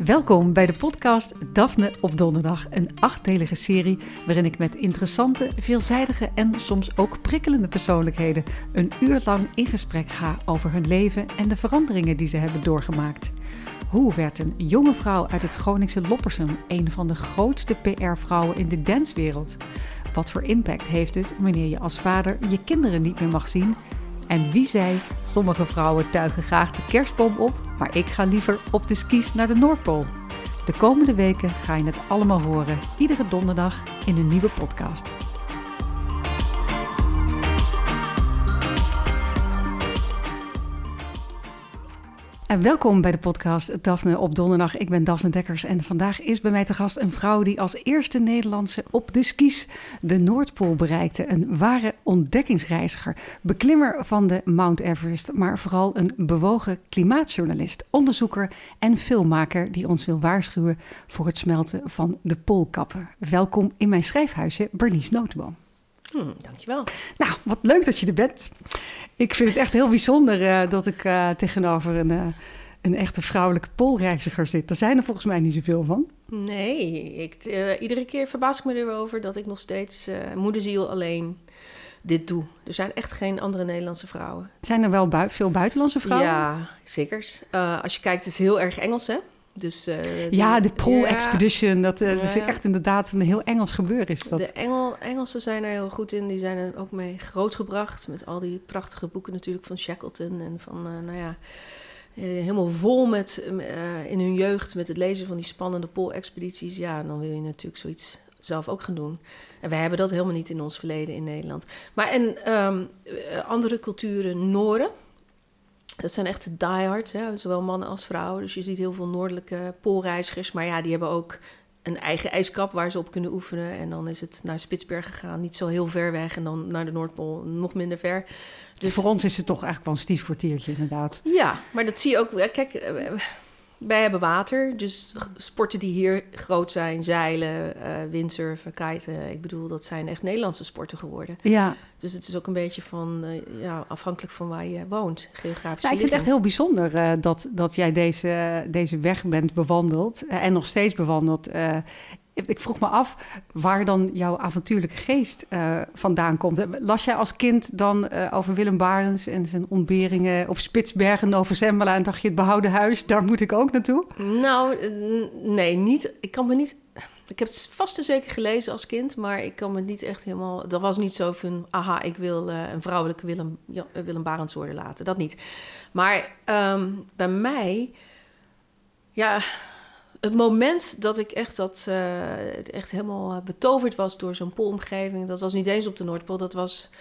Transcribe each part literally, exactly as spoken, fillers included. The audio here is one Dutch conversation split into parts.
Welkom bij de podcast Daphne op donderdag, een achtdelige serie waarin ik met interessante, veelzijdige en soms ook prikkelende persoonlijkheden een uur lang in gesprek ga over hun leven en de veranderingen die ze hebben doorgemaakt. Hoe werd een jonge vrouw uit het Groningse Loppersum een van de grootste P R-vrouwen in de dancewereld? Wat voor impact heeft het wanneer je als vader je kinderen niet meer mag zien? En wie zei, sommige vrouwen tuigen graag de kerstboom op, maar ik ga liever op de skis naar de Noordpool. De komende weken ga je het allemaal horen, iedere donderdag in een nieuwe podcast. En welkom bij de podcast Daphne op donderdag. Ik ben Daphne Dekkers en vandaag is bij mij te gast een vrouw die als eerste Nederlandse op de skis de Noordpool bereikte. Een ware ontdekkingsreiziger, beklimmer van de Mount Everest, maar vooral een bewogen klimaatjournalist, onderzoeker en filmmaker die ons wil waarschuwen voor het smelten van de poolkappen. Welkom in mijn schrijfhuisje, Bernice Notenboom. Hmm, dankjewel. Nou, wat leuk dat je er bent. Ik vind het echt heel bijzonder uh, dat ik uh, tegenover een, uh, een echte vrouwelijke poolreiziger zit. Er zijn er volgens mij niet zoveel van. Nee, ik, uh, iedere keer verbaas ik me erover dat ik nog steeds uh, moederziel alleen dit doe. Er zijn echt geen andere Nederlandse vrouwen. Zijn er wel bui- veel buitenlandse vrouwen? Ja, zeker. Uh, als je kijkt, het is heel erg Engels, hè? Dus, uh, de, ja, de Pole ja, Expedition, dat, uh, ja, dat is echt inderdaad een heel Engels gebeuren is dat. De Engel, Engelsen zijn er heel goed in, die zijn er ook mee grootgebracht met al die prachtige boeken natuurlijk van Shackleton en van, uh, nou ja, uh, helemaal vol met, uh, in hun jeugd met het lezen van die spannende Pole Expedities. Ja, dan wil je natuurlijk zoiets zelf ook gaan doen. En wij hebben dat helemaal niet in ons verleden in Nederland. Maar en um, andere culturen, Noorden. Dat zijn echt de diehards, hè? Zowel mannen als vrouwen. Dus je ziet heel veel noordelijke poolreizigers. Maar ja, die hebben ook een eigen ijskap waar ze op kunnen oefenen. En dan is het naar Spitsbergen gegaan, niet zo heel ver weg. En dan naar de Noordpool, nog minder ver. Dus voor ons is het toch eigenlijk wel een stief kwartiertje, inderdaad. Ja, maar dat zie je ook. Kijk, wij hebben water. Dus sporten die hier groot zijn, zeilen, uh, windsurfen, kiten. Ik bedoel, dat zijn echt Nederlandse sporten geworden. Ja. Dus het is ook een beetje van, uh, ja, afhankelijk van waar je woont, geografisch. Nou, ik vind het echt heel bijzonder uh, dat, dat jij deze, deze weg bent bewandeld uh, en nog steeds bewandeld. Uh, ik vroeg me af waar dan jouw avontuurlijke geest uh, vandaan komt. Las jij als kind dan uh, over Willem Barents en zijn ontberingen op Spitsbergen, Nova Zembla en dacht je het behouden huis, daar moet ik ook naartoe? Nou, nee, niet. Ik kan me niet. Ik heb het vast en zeker gelezen als kind, maar ik kan me niet echt helemaal. Dat was niet zo van, aha, ik wil uh, een vrouwelijke Willem, ja, Willem Barents worden laten. Dat niet. Maar um, bij mij, ja. Het moment dat ik echt, dat, uh, echt helemaal betoverd was door zo'n poolomgeving, dat was niet eens op de Noordpool, dat was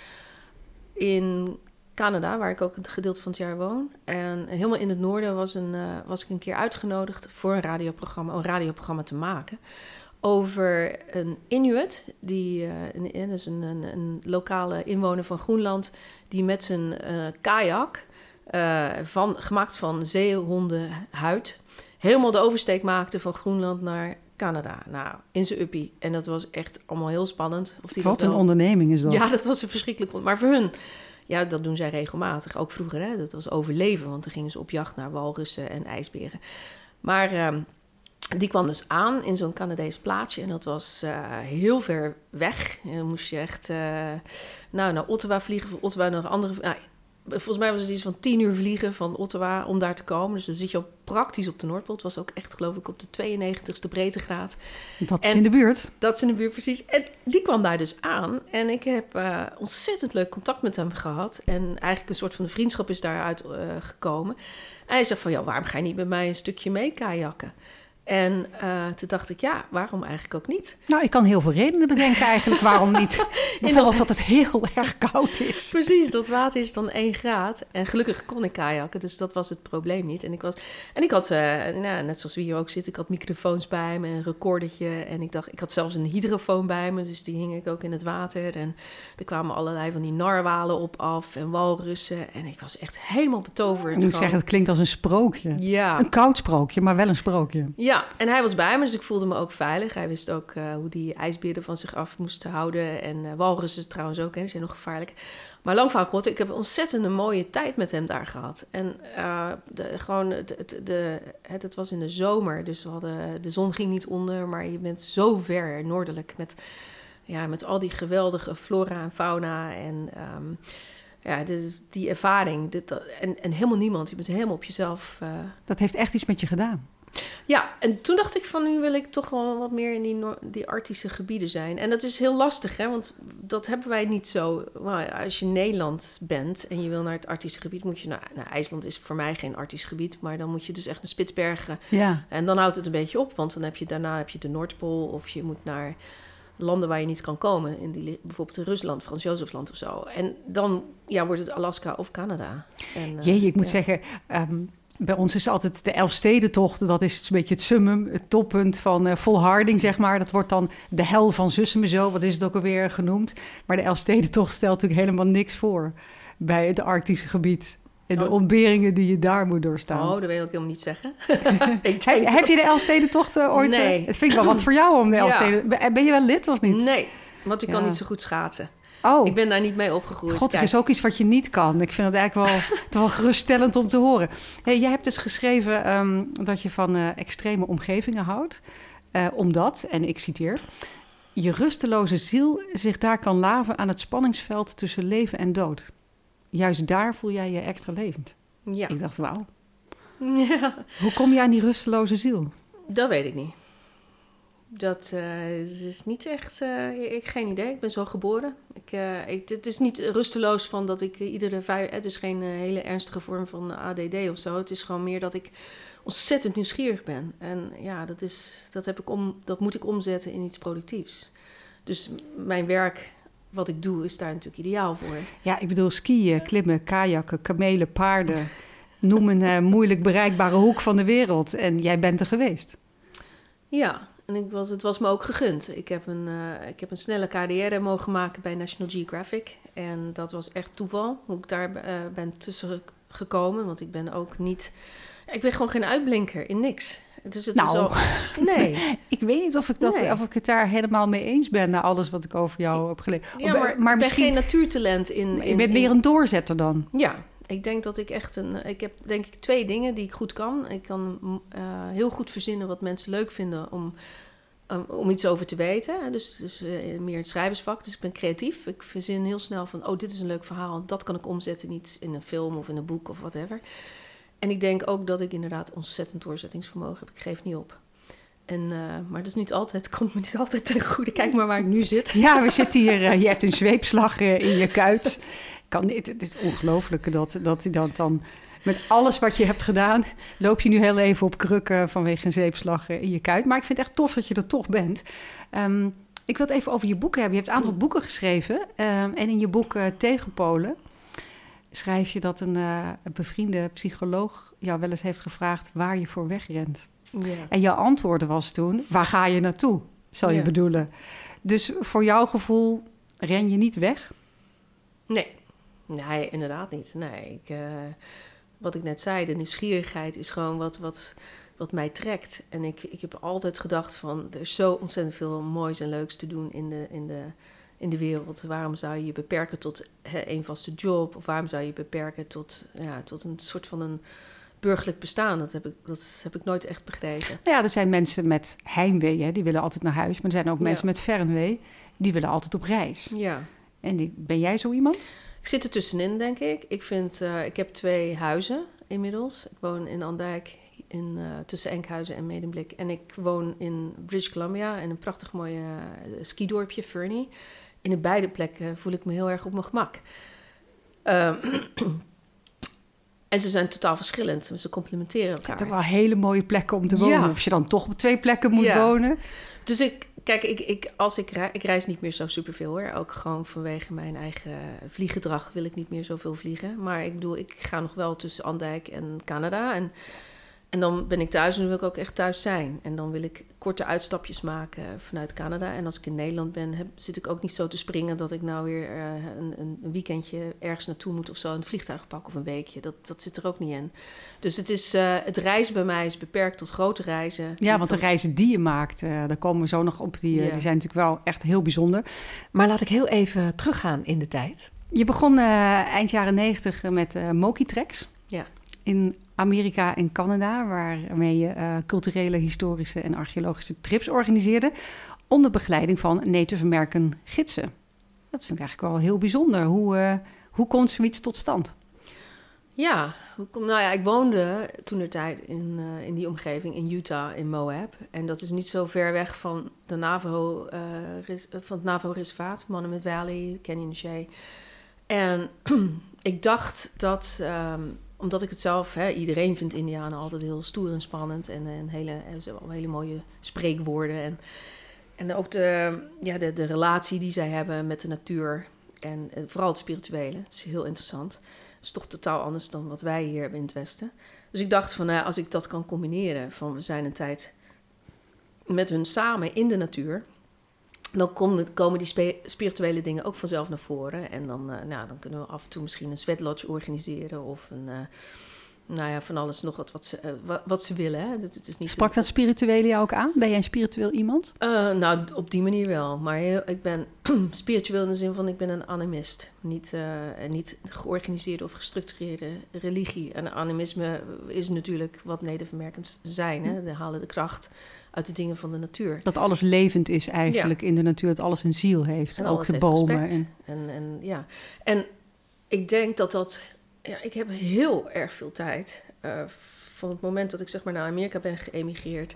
in Canada, waar ik ook een gedeelte van het jaar woon. En helemaal in het noorden was, een, uh, was ik een keer uitgenodigd voor een radioprogramma, een radioprogramma te maken over een Inuit, die, uh, een, dus een, een, een lokale inwoner van Groenland, die met zijn uh, kajak, uh, van, gemaakt van zeehondenhuid, helemaal de oversteek maakte van Groenland naar Canada. Nou, in zijn uppie. En dat was echt allemaal heel spannend. Of die Wat dat een wel... onderneming is dat. Ja, dat was een verschrikkelijk... Maar voor hun, ja, dat doen zij regelmatig. Ook vroeger, hè. Dat was overleven, want dan gingen ze op jacht naar walrussen en ijsberen. Maar um, die kwam dus aan in zo'n Canadees plaatsje. En dat was uh, heel ver weg. En dan moest je echt uh, nou, naar Ottawa vliegen. Van Ottawa naar andere... Nou, volgens mij was het iets van tien uur vliegen van Ottawa om daar te komen. Dus dan zit je al praktisch op de Noordpool. Het was ook echt, geloof ik, op de tweeënnegentigste breedtegraad. Dat is en in de buurt. Dat is in de buurt, precies. En die kwam daar dus aan. En ik heb uh, ontzettend leuk contact met hem gehad. En eigenlijk een soort van de vriendschap is daaruit uh, gekomen. En hij zei van, ja, waarom ga je niet met mij een stukje mee kajakken? En uh, toen dacht ik, ja, waarom eigenlijk ook niet? Nou, ik kan heel veel redenen bedenken eigenlijk waarom niet. Bijvoorbeeld dat het heel erg koud is. Precies, dat water is dan één graad. En gelukkig kon ik kajakken, dus dat was het probleem niet. En ik, was, en ik had, uh, nou, net zoals we hier ook zitten, ik had microfoons bij me, een recordertje. En ik dacht, ik had zelfs een hydrofoon bij me, dus die hing ik ook in het water. En er kwamen allerlei van die narwalen op af en walrussen. En ik was echt helemaal betoverd. Ik moet zeggen, het klinkt als een sprookje. Ja. Een koud sprookje, maar wel een sprookje. Ja. Ja, en hij was bij me, dus ik voelde me ook veilig. Hij wist ook uh, hoe die ijsbeerden van zich af moesten houden. En uh, walrussen trouwens ook, hè, die zijn nog gevaarlijk. Maar lang verhaal kort, ik heb een ontzettend mooie tijd met hem daar gehad. En uh, de, gewoon, het, het, de, het, het was in de zomer, dus we hadden, de zon ging niet onder. Maar je bent zo ver noordelijk met, ja, met al die geweldige flora en fauna. En um, ja, dus die ervaring. Dit, dat, en, en helemaal niemand, je bent helemaal op jezelf. Uh, dat heeft echt iets met je gedaan. Ja, en toen dacht ik van nu wil ik toch wel wat meer in die, no- die arctische gebieden zijn. En dat is heel lastig, hè, want dat hebben wij niet zo. Nou, als je Nederland bent en je wil naar het arctische gebied, moet je naar... Nou, IJsland is voor mij geen arctisch gebied, maar dan moet je dus echt naar Spitsbergen. Ja. En dan houdt het een beetje op, want dan heb je daarna heb je de Noordpool of je moet naar landen waar je niet kan komen. In die, bijvoorbeeld in Rusland, Frans Jozefland of zo. En dan ja, wordt het Alaska of Canada. En, uh, Jeetje, ik moet ja. zeggen... Um... Bij ons is altijd de Elfstedentocht, dat is een beetje het summum, het toppunt van uh, volharding, zeg maar. Dat wordt dan de hel van Zusseme zo, wat is het ook alweer genoemd. Maar de Elfstedentocht stelt natuurlijk helemaal niks voor bij het Arctische gebied. En de oh. ontberingen die je daar moet doorstaan. Oh, dat wil ik helemaal niet zeggen. ik heb, dat... heb je de Elfstedentocht uh, ooit? Nee. Uh, het vind ik wel wat voor jou om de Elfsteden. Ja. Ben je wel lid of niet? Nee, want ik ja. kan niet zo goed schaatsen. Oh. Ik ben daar niet mee opgegroeid. God, er is ook iets wat je niet kan. Ik vind het eigenlijk wel, wel geruststellend om te horen. Hey, jij hebt dus geschreven um, dat je van uh, extreme omgevingen houdt. Uh, omdat, en ik citeer... je rusteloze ziel zich daar kan laven aan het spanningsveld tussen leven en dood. Juist daar voel jij je extra levend. Ja. Ik dacht, wauw. Ja. Hoe kom je aan die rusteloze ziel? Dat weet ik niet. Dat uh, is niet echt... Uh, ik geen idee. Ik ben zo geboren. Ik, uh, ik, het is niet rusteloos van dat ik uh, iedere vijf... Het is geen uh, hele ernstige vorm van A D D of zo. Het is gewoon meer dat ik ontzettend nieuwsgierig ben. En ja, dat, is, dat, heb ik om, dat moet ik omzetten in iets productiefs. Dus mijn werk, wat ik doe, is daar natuurlijk ideaal voor. Ja, ik bedoel skiën, klimmen, kajakken, kamelen, paarden. Noem een uh, moeilijk bereikbare hoek van de wereld. En jij bent er geweest. Ja, en ik was, het was me ook gegund. Ik heb, een, uh, ik heb een snelle carrière mogen maken bij National Geographic. En dat was echt toeval, hoe ik daar uh, ben tussen gekomen. Want ik ben ook niet... Ik ben gewoon geen uitblinker in niks. Dus het nou, is al... nee. ik weet niet of ik, dat, nee. of ik het daar helemaal mee eens ben... na alles wat ik over jou heb gelezen. Ja, maar, maar ik misschien... ben geen natuurtalent in... in je bent meer in... een doorzetter dan? Ja, ik denk dat ik echt een... Ik heb denk ik twee dingen die ik goed kan. Ik kan uh, heel goed verzinnen wat mensen leuk vinden om... Um, om iets over te weten. Dus, dus uh, meer het schrijversvak. Dus ik ben creatief. Ik verzin heel snel van... oh, dit is een leuk verhaal. Dat kan ik omzetten. Niet in een film of in een boek of whatever. En ik denk ook dat ik inderdaad ontzettend doorzettingsvermogen heb. Ik geef niet op. En, uh, maar dat is niet altijd... Het komt me niet altijd ten goede. Kijk maar waar ik nu zit. Ja, we zitten hier... Uh, je hebt een zweepslag uh, in je kuit. Kan niet, het is ongelooflijk dat, dat hij dat dan... Met alles wat je hebt gedaan, loop je nu heel even op krukken vanwege een zeepslag in je kuit. Maar ik vind het echt tof dat je er toch bent. Um, ik wil het even over je boeken hebben. Je hebt een aantal boeken geschreven. Um, en in je boek uh, Tegenpolen schrijf je dat een, uh, een bevriende psycholoog jou wel eens heeft gevraagd waar je voor wegrent. Ja. En jouw antwoord was toen, waar ga je naartoe, zal je ja. bedoelen. Dus voor jouw gevoel ren je niet weg? Nee, nee inderdaad niet. Nee, ik... Uh... Wat ik net zei, de nieuwsgierigheid is gewoon wat, wat, wat mij trekt. En ik, ik heb altijd gedacht van... er is zo ontzettend veel moois en leuks te doen in de, in de, in de wereld. Waarom zou je je beperken tot he, een vaste job? Of waarom zou je je beperken tot, ja, tot een soort van een burgerlijk bestaan? Dat heb ik, dat heb ik nooit echt begrepen. Nou ja, er zijn mensen met heimwee, hè, die willen altijd naar huis. Maar er zijn ook ja. mensen met fernwee, die willen altijd op reis. Ja. En die, ben jij zo iemand? Ik zit er tussenin, denk ik. Ik, vind, uh, ik heb twee huizen inmiddels. Ik woon in Andijk, in, uh, tussen Enkhuizen en Medemblik. En ik woon in British Columbia, in een prachtig mooi uh, skidorpje, Fernie. In de beide plekken voel ik me heel erg op mijn gemak. Uh, en ze zijn totaal verschillend. Ze complementeren elkaar. Het zijn toch wel hele mooie plekken om te wonen. Ja. Of je dan toch op twee plekken moet ja. wonen. Dus ik... Kijk, ik, ik, als ik, rei, ik reis niet meer zo superveel hoor. Ook gewoon vanwege mijn eigen vlieggedrag wil ik niet meer zoveel vliegen. Maar ik bedoel, ik ga nog wel tussen Andijk en Canada. En En dan ben ik thuis en dan wil ik ook echt thuis zijn. En dan wil ik korte uitstapjes maken vanuit Canada. En als ik in Nederland ben, heb, zit ik ook niet zo te springen... dat ik nou weer uh, een, een weekendje ergens naartoe moet of zo... een vliegtuig pak of een weekje. Dat, dat zit er ook niet in. Dus het, is, uh, het reizen bij mij is beperkt tot grote reizen. Ja, want de reizen die je maakt, uh, daar komen we zo nog op. Die, uh, Ja. die zijn natuurlijk wel echt heel bijzonder. Maar laat ik heel even teruggaan in de tijd. Je begon uh, eind jaren negentig met uh, Moki Treks. Ja. In Amerika en Canada, waarmee je uh, culturele, historische en archeologische trips organiseerde, onder begeleiding van Native American gidsen. Dat vind ik eigenlijk wel heel bijzonder. Hoe, uh, hoe komt zoiets tot stand? Ja, hoe kom, nou ja, ik woonde toentertijd in, uh, in die omgeving in Utah, in Moab. En dat is niet zo ver weg van, de Navajo, uh, res, van het Navajo-reservaat, Monument Valley, Canyon Shea. En ik dacht dat... Um, omdat ik het zelf, hè, iedereen vindt Indianen altijd heel stoer en spannend. En, en hele, en ze hebben hele mooie spreekwoorden. En, en ook de, ja, de, de relatie die zij hebben met de natuur. En, en vooral het spirituele. Dat is heel interessant. Het is toch totaal anders dan wat wij hier hebben in het Westen. Dus ik dacht van, nou, als ik dat kan combineren. Van we zijn een tijd met hun samen in de natuur. Dan komen, komen die spe, spirituele dingen ook vanzelf naar voren. En dan, uh, nou, dan kunnen we af en toe misschien een sweat lodge organiseren. Of een, uh, nou ja, van alles nog wat, wat, ze, uh, wat, wat ze willen. Hè. Dat, het is niet Sprak zo... dat spirituele jou ook aan? Ben jij een spiritueel iemand? Uh, nou, op die manier wel. Maar heel, ik ben spiritueel in de zin van ik ben een animist. Niet, uh, niet georganiseerde of gestructureerde religie. En animisme is natuurlijk wat Native Americans zijn. Hè. Die halen de kracht uit de dingen van de natuur. Dat alles levend is eigenlijk ja. in de natuur. Dat alles een ziel heeft. En ook de bomen. En... En, en, ja. en ik denk dat dat... Ja, ik heb heel erg veel tijd. Uh, van het moment dat ik zeg maar naar Amerika ben geëmigreerd.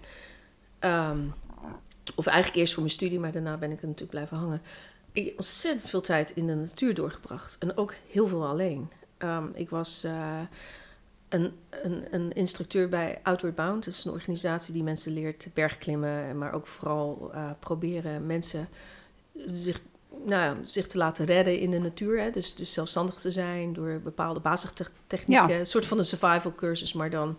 Um, of eigenlijk eerst voor mijn studie, maar daarna ben ik er natuurlijk blijven hangen. Ik heb ontzettend veel tijd in de natuur doorgebracht. En ook heel veel alleen. Um, ik was... Uh, Een, een, een instructeur bij Outward Bound. Dat is een organisatie die mensen leert bergklimmen, maar ook vooral uh, proberen mensen zich, nou ja, zich te laten redden in de natuur. Hè. Dus, dus zelfstandig te zijn door bepaalde basistechnieken. Ja. Een soort van een survival cursus, maar dan,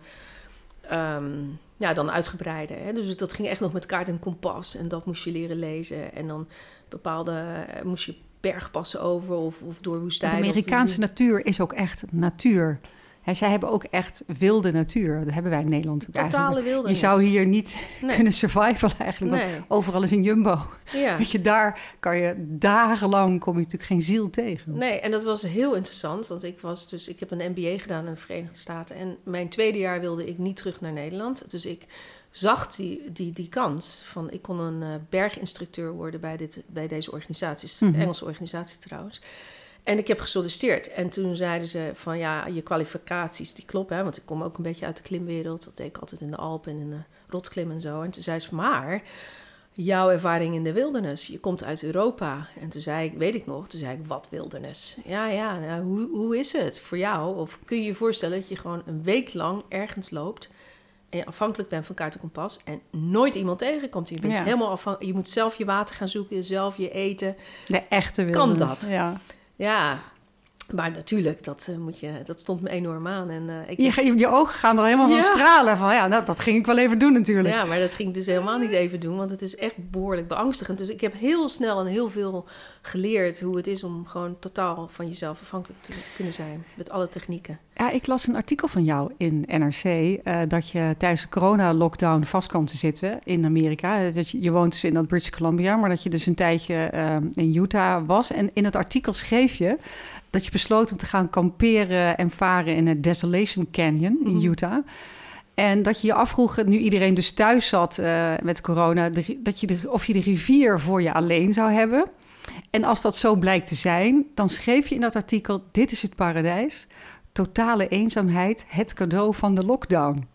um, ja, dan uitgebreider. Hè. Dus dat ging echt nog met kaart en kompas. En dat moest je leren lezen. En dan bepaalde, uh, moest je bergpassen over of, of door woestijnen. De Amerikaanse of, natuur is ook echt natuur. He, zij hebben ook echt wilde natuur. Dat hebben wij in Nederland ook Totale eigenlijk. wildernis. Je zou hier niet nee. kunnen survivalen eigenlijk. Want nee. overal is een jumbo. Ja. Weet je, daar kan je dagenlang kom je natuurlijk geen ziel tegen. Nee, en dat was heel interessant. Want ik was dus, ik heb een M B A gedaan in de Verenigde Staten. En mijn tweede jaar wilde ik niet terug naar Nederland. Dus ik zag die, die, die kans van... Ik kon een uh, berginstructeur worden bij, dit, bij deze organisaties. Mm-hmm. Engelse organisatie trouwens. En ik heb gesolliciteerd. En toen zeiden ze van ja, je kwalificaties die kloppen. Hè, want ik kom ook een beetje uit de klimwereld. Dat deed ik altijd in de Alpen en in de rotsklim en zo. En toen zei ze van maar, jouw ervaring in de wildernis. Je komt uit Europa. En toen zei ik, weet ik nog, toen zei ik, wat wildernis? Ja, ja, nou, hoe, hoe is het voor jou? Of kun je je voorstellen dat je gewoon een week lang ergens loopt... en je afhankelijk bent van kaart en kompas... en nooit iemand tegenkomt. Je bent ja. helemaal afhankelijk. Je moet zelf je water gaan zoeken, zelf je eten. De echte wildernis. Kan dat? Ja. Ja, maar natuurlijk, dat, uh, moet je, dat stond me enorm aan. En, uh, ik je, je, je ogen gaan er helemaal van ja. stralen. Van, ja, nou, dat ging ik wel even doen natuurlijk. Ja, maar dat ging ik dus helemaal niet even doen, want het is echt behoorlijk beangstigend. Dus ik heb heel snel en heel veel geleerd hoe het is om gewoon totaal van jezelf afhankelijk te kunnen zijn. Met alle technieken. Ja, ik las een artikel van jou in N R C... Uh, dat je tijdens de corona-lockdown vast kwam te zitten in Amerika. Dat je, je woont dus in dat British Columbia... maar dat je dus een tijdje uh, in Utah was. En in het artikel schreef je dat je besloot om te gaan kamperen... en varen in het Desolation Canyon in mm-hmm. Utah. En dat je je afvroeg, nu iedereen dus thuis zat uh, met corona... De, dat je de, of je de rivier voor je alleen zou hebben... En als dat zo blijkt te zijn, dan schreef je in dat artikel... dit is het paradijs... Totale eenzaamheid, het cadeau van de lockdown.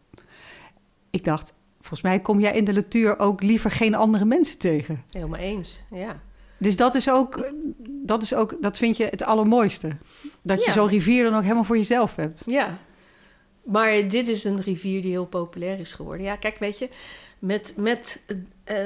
Ik dacht, volgens mij kom jij in de natuur ook liever geen andere mensen tegen. Helemaal eens, ja. Dus dat is ook, dat is ook, dat vind je het allermooiste. Dat je ja. zo'n rivier dan ook helemaal voor jezelf hebt. Ja, maar dit is een rivier die heel populair is geworden. Ja, kijk, weet je, met, met uh,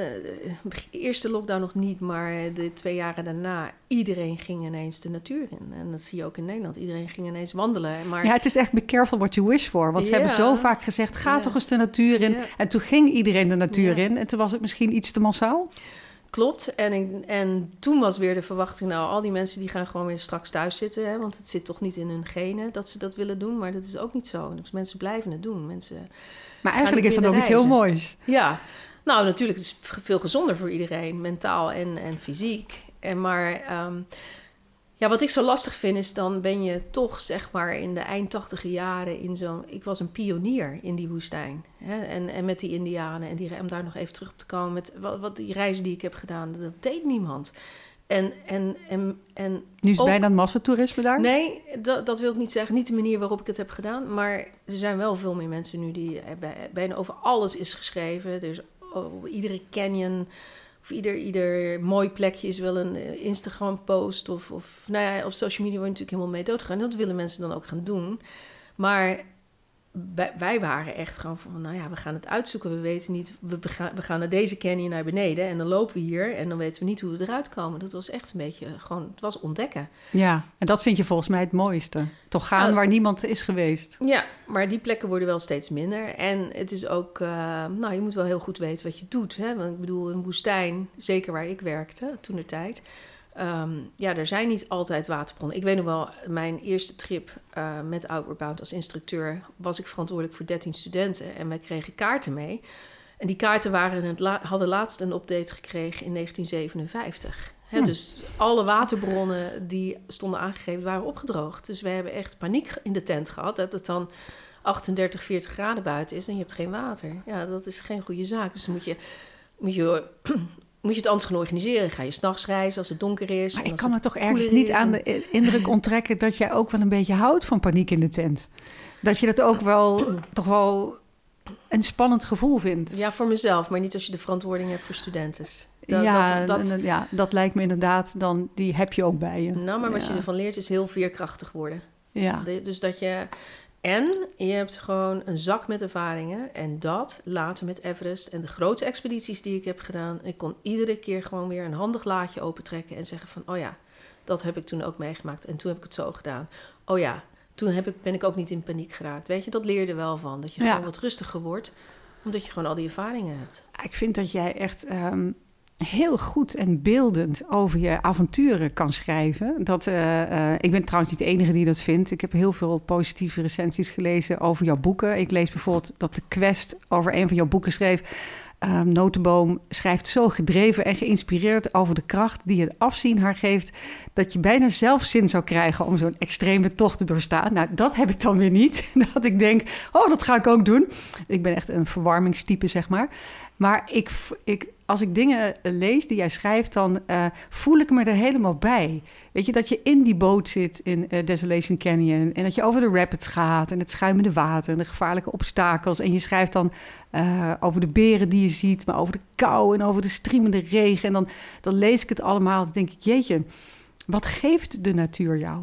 de eerste lockdown nog niet, maar de twee jaren daarna, iedereen ging ineens de natuur in. En dat zie je ook in Nederland. Iedereen ging ineens wandelen. Maar... Ja, het is echt be careful what you wish for. Want ze ja. hebben zo vaak gezegd, ga ja. toch eens de natuur in. Ja. En toen ging iedereen de natuur ja. in. En toen was het misschien iets te massaal. Klopt. En, ik, en toen was weer de verwachting, nou, al die mensen die gaan gewoon weer straks thuis zitten. Hè, want het zit toch niet in hun genen dat ze dat willen doen. Maar dat is ook niet zo. Dus mensen blijven het doen. Mensen maar eigenlijk is dat ook iets heel moois. Ja. Nou, natuurlijk, het is veel gezonder voor iedereen. Mentaal en, en fysiek. En maar... Um, Ja, wat ik zo lastig vind is, dan ben je toch, zeg maar, in de eind tachtiger jaren in zo'n... Ik was een pionier in die woestijn. Hè? En, en met die indianen. En die, om daar nog even terug op te komen met wat, wat die reizen die ik heb gedaan. Dat deed niemand. En, en, en, en nu is het ook, bijna een massatoerisme daar? Nee, dat, dat wil ik niet zeggen. Niet de manier waarop ik het heb gedaan. Maar er zijn wel veel meer mensen nu die... Bijna over alles is geschreven. Dus over iedere canyon... Of ieder, ieder mooi plekje is wel een Instagram-post. Of, of nou ja, op social media word je natuurlijk helemaal mee doodgaan. Dat willen mensen dan ook gaan doen. Maar wij waren echt gewoon van, nou ja, we gaan het uitzoeken. We weten niet, we gaan, we gaan naar deze canyon naar beneden. En dan lopen we hier en dan weten we niet hoe we eruit komen. Dat was echt een beetje gewoon, het was ontdekken. Ja, en dat vind je volgens mij het mooiste. Toch gaan uh, waar niemand is geweest. Ja, maar die plekken worden wel steeds minder. En het is ook, uh, nou, je moet wel heel goed weten wat je doet. Hè? Want ik bedoel, een woestijn, zeker waar ik werkte toen de tijd... Um, ja, er zijn niet altijd waterbronnen. Ik weet nog wel, mijn eerste trip uh, met Outward Bound als instructeur... was ik verantwoordelijk voor dertien studenten en wij kregen kaarten mee. En die kaarten waren het la- hadden laatst een update gekregen in negentien zevenenvijftig. Hè, hm. Dus alle waterbronnen die stonden aangegeven waren opgedroogd. Dus we hebben echt paniek in de tent gehad dat het dan achtendertig, veertig graden buiten is... en je hebt geen water. Ja, dat is geen goede zaak. Dus dan moet je... Moet je Moet je het anders gaan organiseren? Ga je 's nachts reizen als het donker is? Maar ik kan me toch ergens niet aan de indruk onttrekken... dat jij ook wel een beetje houdt van paniek in de tent. Dat je dat ook wel toch wel een spannend gevoel vindt. Ja, voor mezelf, maar niet als je de verantwoording hebt voor studenten. Dat, ja, dat, dat, ja, dat lijkt me inderdaad, dan, die heb je ook bij je. Nou, maar wat ja. je ervan leert is heel veerkrachtig worden. Ja. De, dus dat je... En je hebt gewoon een zak met ervaringen. En dat later met Everest en de grote expedities die ik heb gedaan... ik kon iedere keer gewoon weer een handig laadje opentrekken... en zeggen van, oh ja, dat heb ik toen ook meegemaakt. En toen heb ik het zo gedaan. Oh ja, toen heb ik, ben ik ook niet in paniek geraakt. Weet je, dat leer je er wel van. Dat je ja. gewoon wat rustiger wordt, omdat je gewoon al die ervaringen hebt. Ik vind dat jij echt... Um... heel goed en beeldend over je avonturen kan schrijven. Dat, uh, uh, ik ben trouwens niet de enige die dat vindt. Ik heb heel veel positieve recensies gelezen over jouw boeken. Ik lees bijvoorbeeld dat de Quest over een van jouw boeken schreef... Um, Notenboom schrijft zo gedreven en geïnspireerd over de kracht die het afzien haar geeft... dat je bijna zelf zin zou krijgen om zo'n extreme tocht te doorstaan. Nou, dat heb ik dan weer niet. Dat ik denk, oh, dat ga ik ook doen. Ik ben echt een verwarmingstype, zeg maar. Maar ik, ik, als ik dingen lees die jij schrijft, dan uh, voel ik me er helemaal bij. Weet je, dat je in die boot zit in uh, Desolation Canyon... en dat je over de rapids gaat en het schuimende water... en de gevaarlijke obstakels. En je schrijft dan uh, over de beren die je ziet... maar over de kou en over de striemende regen. En dan, dan lees ik het allemaal. Dan denk ik, jeetje, wat geeft de natuur jou?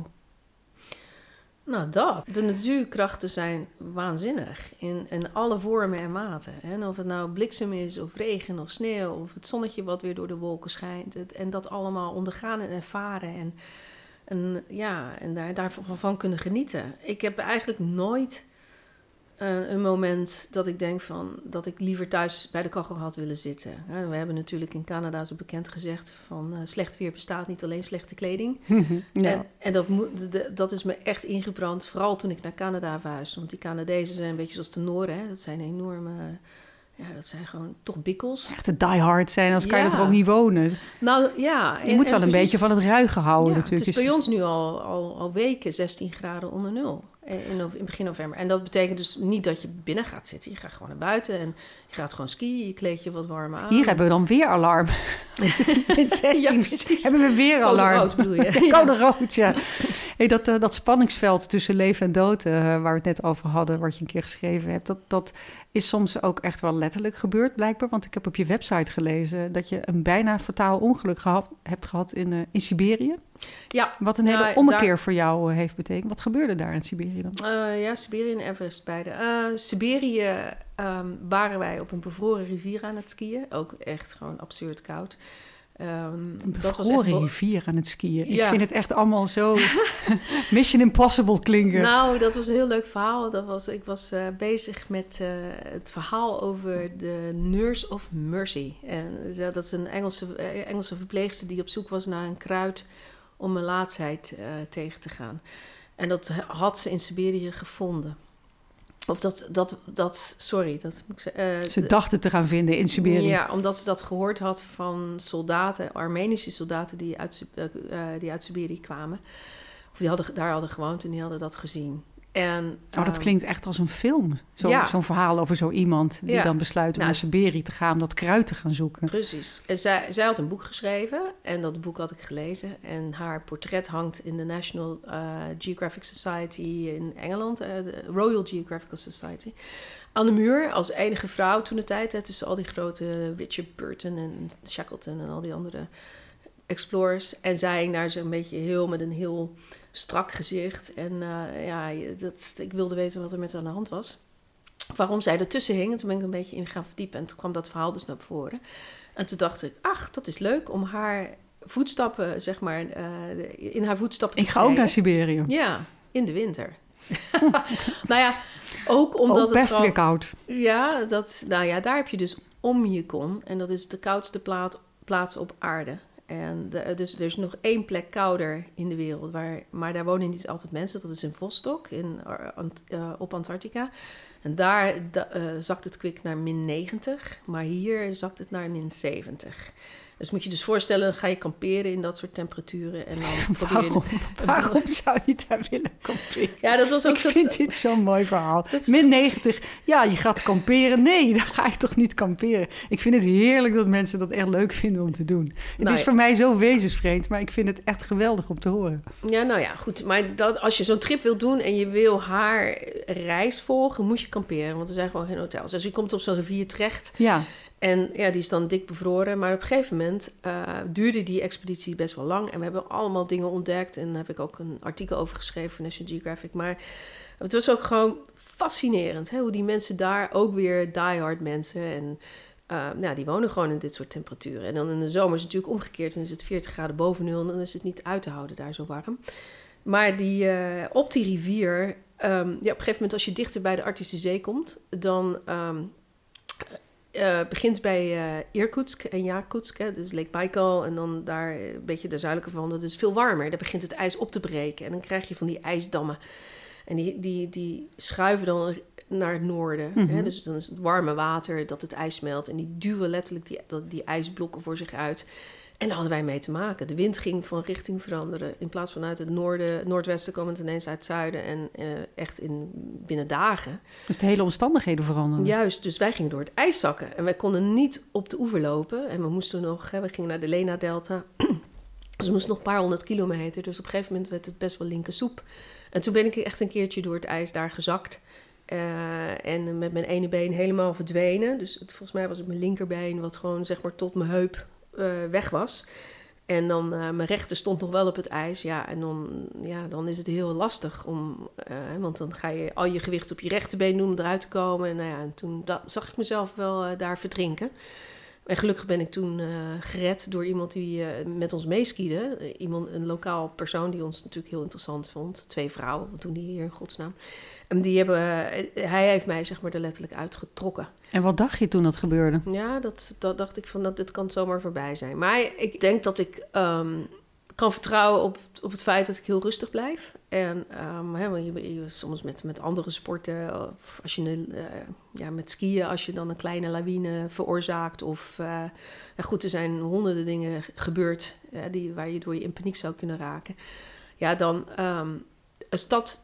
Nou, dat. De natuurkrachten zijn waanzinnig. In, in alle vormen en maten. En of het nou bliksem is, of regen, of sneeuw... of het zonnetje wat weer door de wolken schijnt. Het, en dat allemaal ondergaan en ervaren. En, en, ja, en daar, daarvan kunnen genieten. Ik heb eigenlijk nooit uh, een moment dat ik denk van... dat ik liever thuis bij de kachel had willen zitten. Ja, we hebben natuurlijk in Canada zo bekend gezegd... van uh, slecht weer bestaat niet alleen slechte kleding. Ja. En, en dat, moet, de, dat is me echt ingebrand. Vooral toen ik naar Canada verhuisde. Want die Canadezen zijn een beetje zoals de Noren. Hè? Dat zijn enorme... Ja, dat zijn gewoon toch bikkels. Echt de diehard zijn, als kan ja. je er ook niet wonen. Nou ja. Je en, moet wel en een precies, beetje van het ruige houden ja, natuurlijk. Het is bij ons nu al, al, al weken zestien graden onder nul. In, in begin november. En dat betekent dus niet dat je binnen gaat zitten. Je gaat gewoon naar buiten en je gaat gewoon skiën. Je kleed je wat warmer aan. Hier hebben we dan weer alarm. In zestien ja, hebben we weer alarm. Code rood bedoel je. Code rood, ja. Hey, dat, uh, dat spanningsveld tussen leven en dood, uh, waar we het net over hadden, wat je een keer geschreven hebt, dat, dat is soms ook echt wel letterlijk gebeurd, blijkbaar. Want ik heb op je website gelezen dat je een bijna fataal ongeluk gehad, hebt gehad in, uh, in Siberië. Ja. Wat een hele nou, ommekeer daar... voor jou heeft betekend. Wat gebeurde daar in Siberië dan? Uh, ja, Siberië en Everest beide. Uh, Siberië um, waren wij op een bevroren rivier aan het skiën. Ook echt gewoon absurd koud. Um, een dat was bevroren echt... rivier aan het skiën. Ja. Ik vind het echt allemaal zo Mission Impossible klinken. Nou, dat was een heel leuk verhaal. Dat was, ik was uh, bezig met uh, het verhaal over de Nurse of Mercy. En uh, dat is een Engelse, uh, Engelse verpleegster die op zoek was naar een kruid om melaatsheid uh, tegen te gaan. En dat had ze in Siberië gevonden. Of dat, dat, dat sorry, dat moet ik zeggen. Uh, ze dachten te gaan vinden in Siberië. Ja, omdat ze dat gehoord had van soldaten, Armenische soldaten die uit, uh, die uit Siberië kwamen. Of die hadden, daar hadden gewoond en die hadden dat gezien. En, oh, dat um, klinkt echt als een film. Zo, ja. Zo'n verhaal over zo iemand die ja. dan besluit om nou, naar Siberië te gaan, om dat kruid te gaan zoeken. Precies. En zij, zij had een boek geschreven en dat boek had ik gelezen. En haar portret hangt in de National uh, Geographic Society in Engeland, uh, de Royal Geographical Society. Aan de muur als enige vrouw toen de tijd, hè, tussen al die grote Richard Burton en Shackleton en al die andere explorers. En zij hing daar zo'n beetje heel met een heel strak gezicht. En uh, ja, dat, ik wilde weten wat er met haar aan de hand was. Waarom zij ertussen hing. En toen ben ik een beetje in gaan verdiepen. En toen kwam dat verhaal dus naar voren. En toen dacht ik, ach, dat is leuk om haar voetstappen, zeg maar, uh, in haar voetstappen te Ik ga ook naar Siberië. Ja, in de winter. nou ja, ook omdat ook best het gewoon, weer koud. Ja, dat, nou ja, daar heb je dus Oymyakon. En dat is de koudste plaat, plaats op aarde. En de, dus er is nog één plek kouder in de wereld, waar, maar daar wonen niet altijd mensen. Dat is in Vostok, in, uh, op Antarctica. En daar da, uh, zakt het kwik naar min negentig, maar hier zakt het naar min zeventig. Dus moet je dus voorstellen, dan ga je kamperen in dat soort temperaturen. En dan probeer je... Waarom, waarom zou je daar willen kamperen? Ja, dat was ook Ik zo... vind dit zo'n mooi verhaal. Is... min negentig, ja, je gaat kamperen. Nee, dan ga je toch niet kamperen. Ik vind het heerlijk dat mensen dat echt leuk vinden om te doen. Het nou is ja. voor mij zo wezensvreemd, maar ik vind het echt geweldig om te horen. Ja, nou ja, goed. Maar dat, als je zo'n trip wilt doen en je wil haar reis volgen, moet je kamperen. Want er zijn gewoon geen hotels. Dus je komt op zo'n rivier terecht. Ja. En ja, die is dan dik bevroren. Maar op een gegeven moment uh, duurde die expeditie best wel lang. En we hebben allemaal dingen ontdekt. En daar heb ik ook een artikel over geschreven voor National Geographic. Maar het was ook gewoon fascinerend. Hè? Hoe die mensen daar, ook weer diehard mensen. En uh, nou, die wonen gewoon in dit soort temperaturen. En dan in de zomer is het natuurlijk omgekeerd. Dan is het veertig graden boven nul. En dan is het niet uit te houden daar zo warm. Maar die, uh, op die rivier... Um, ja, op een gegeven moment als je dichter bij de Arctische Zee komt... dan... Um, Uh, begint bij uh, Irkutsk en Yakutsk, hè, dus Lake Baikal. En dan daar een beetje de zuidelijke van, dat is veel warmer. Daar begint het ijs op te breken. En dan krijg je van die ijsdammen. En die, die, die schuiven dan naar het noorden. Mm-hmm. Hè, dus dan is het warme water dat het ijs smelt. En die duwen letterlijk die, die ijsblokken voor zich uit. En daar hadden wij mee te maken. De wind ging van richting veranderen. In plaats van uit het noorden, noordwesten kwam het ineens uit het zuiden. En uh, echt in, binnen dagen. Dus de hele omstandigheden veranderen. Juist, dus wij gingen door het ijs zakken. En wij konden niet op de oever lopen. En we moesten nog, hè, we gingen naar de Lena-delta. Dus we moesten nog een paar honderd kilometer. Dus op een gegeven moment werd het best wel linker soep. En toen ben ik echt een keertje door het ijs daar gezakt. Uh, en met mijn ene been helemaal verdwenen. Dus het, volgens mij was het mijn linkerbeen wat gewoon zeg maar tot mijn heup uh, weg was. En dan uh, mijn rechter stond nog wel op het ijs. Ja, en dan, ja, dan is het heel lastig om... Uh, want dan ga je al je gewicht op je rechterbeen doen om eruit te komen. En, nou ja, en toen dat, zag ik mezelf wel uh, daar verdrinken. En gelukkig ben ik toen uh, gered door iemand die uh, met ons meeskiede. Iemand, een lokaal persoon die ons natuurlijk heel interessant vond. Twee vrouwen, wat doen die hier in godsnaam? En die hebben, uh, hij heeft mij zeg maar er letterlijk uitgetrokken. En wat dacht je toen dat gebeurde? Ja, dat, dat dacht ik van, dat dit kan zomaar voorbij zijn. Maar ik denk dat ik um, kan vertrouwen op, op het feit dat ik heel rustig blijf. En um, hè, want je, je, soms met, met andere sporten, of als je uh, ja, met skiën, als je dan een kleine lawine veroorzaakt. Of uh, nou goed, er zijn honderden dingen gebeurd uh, die, waar je door je in paniek zou kunnen raken. Ja, dan um, als dat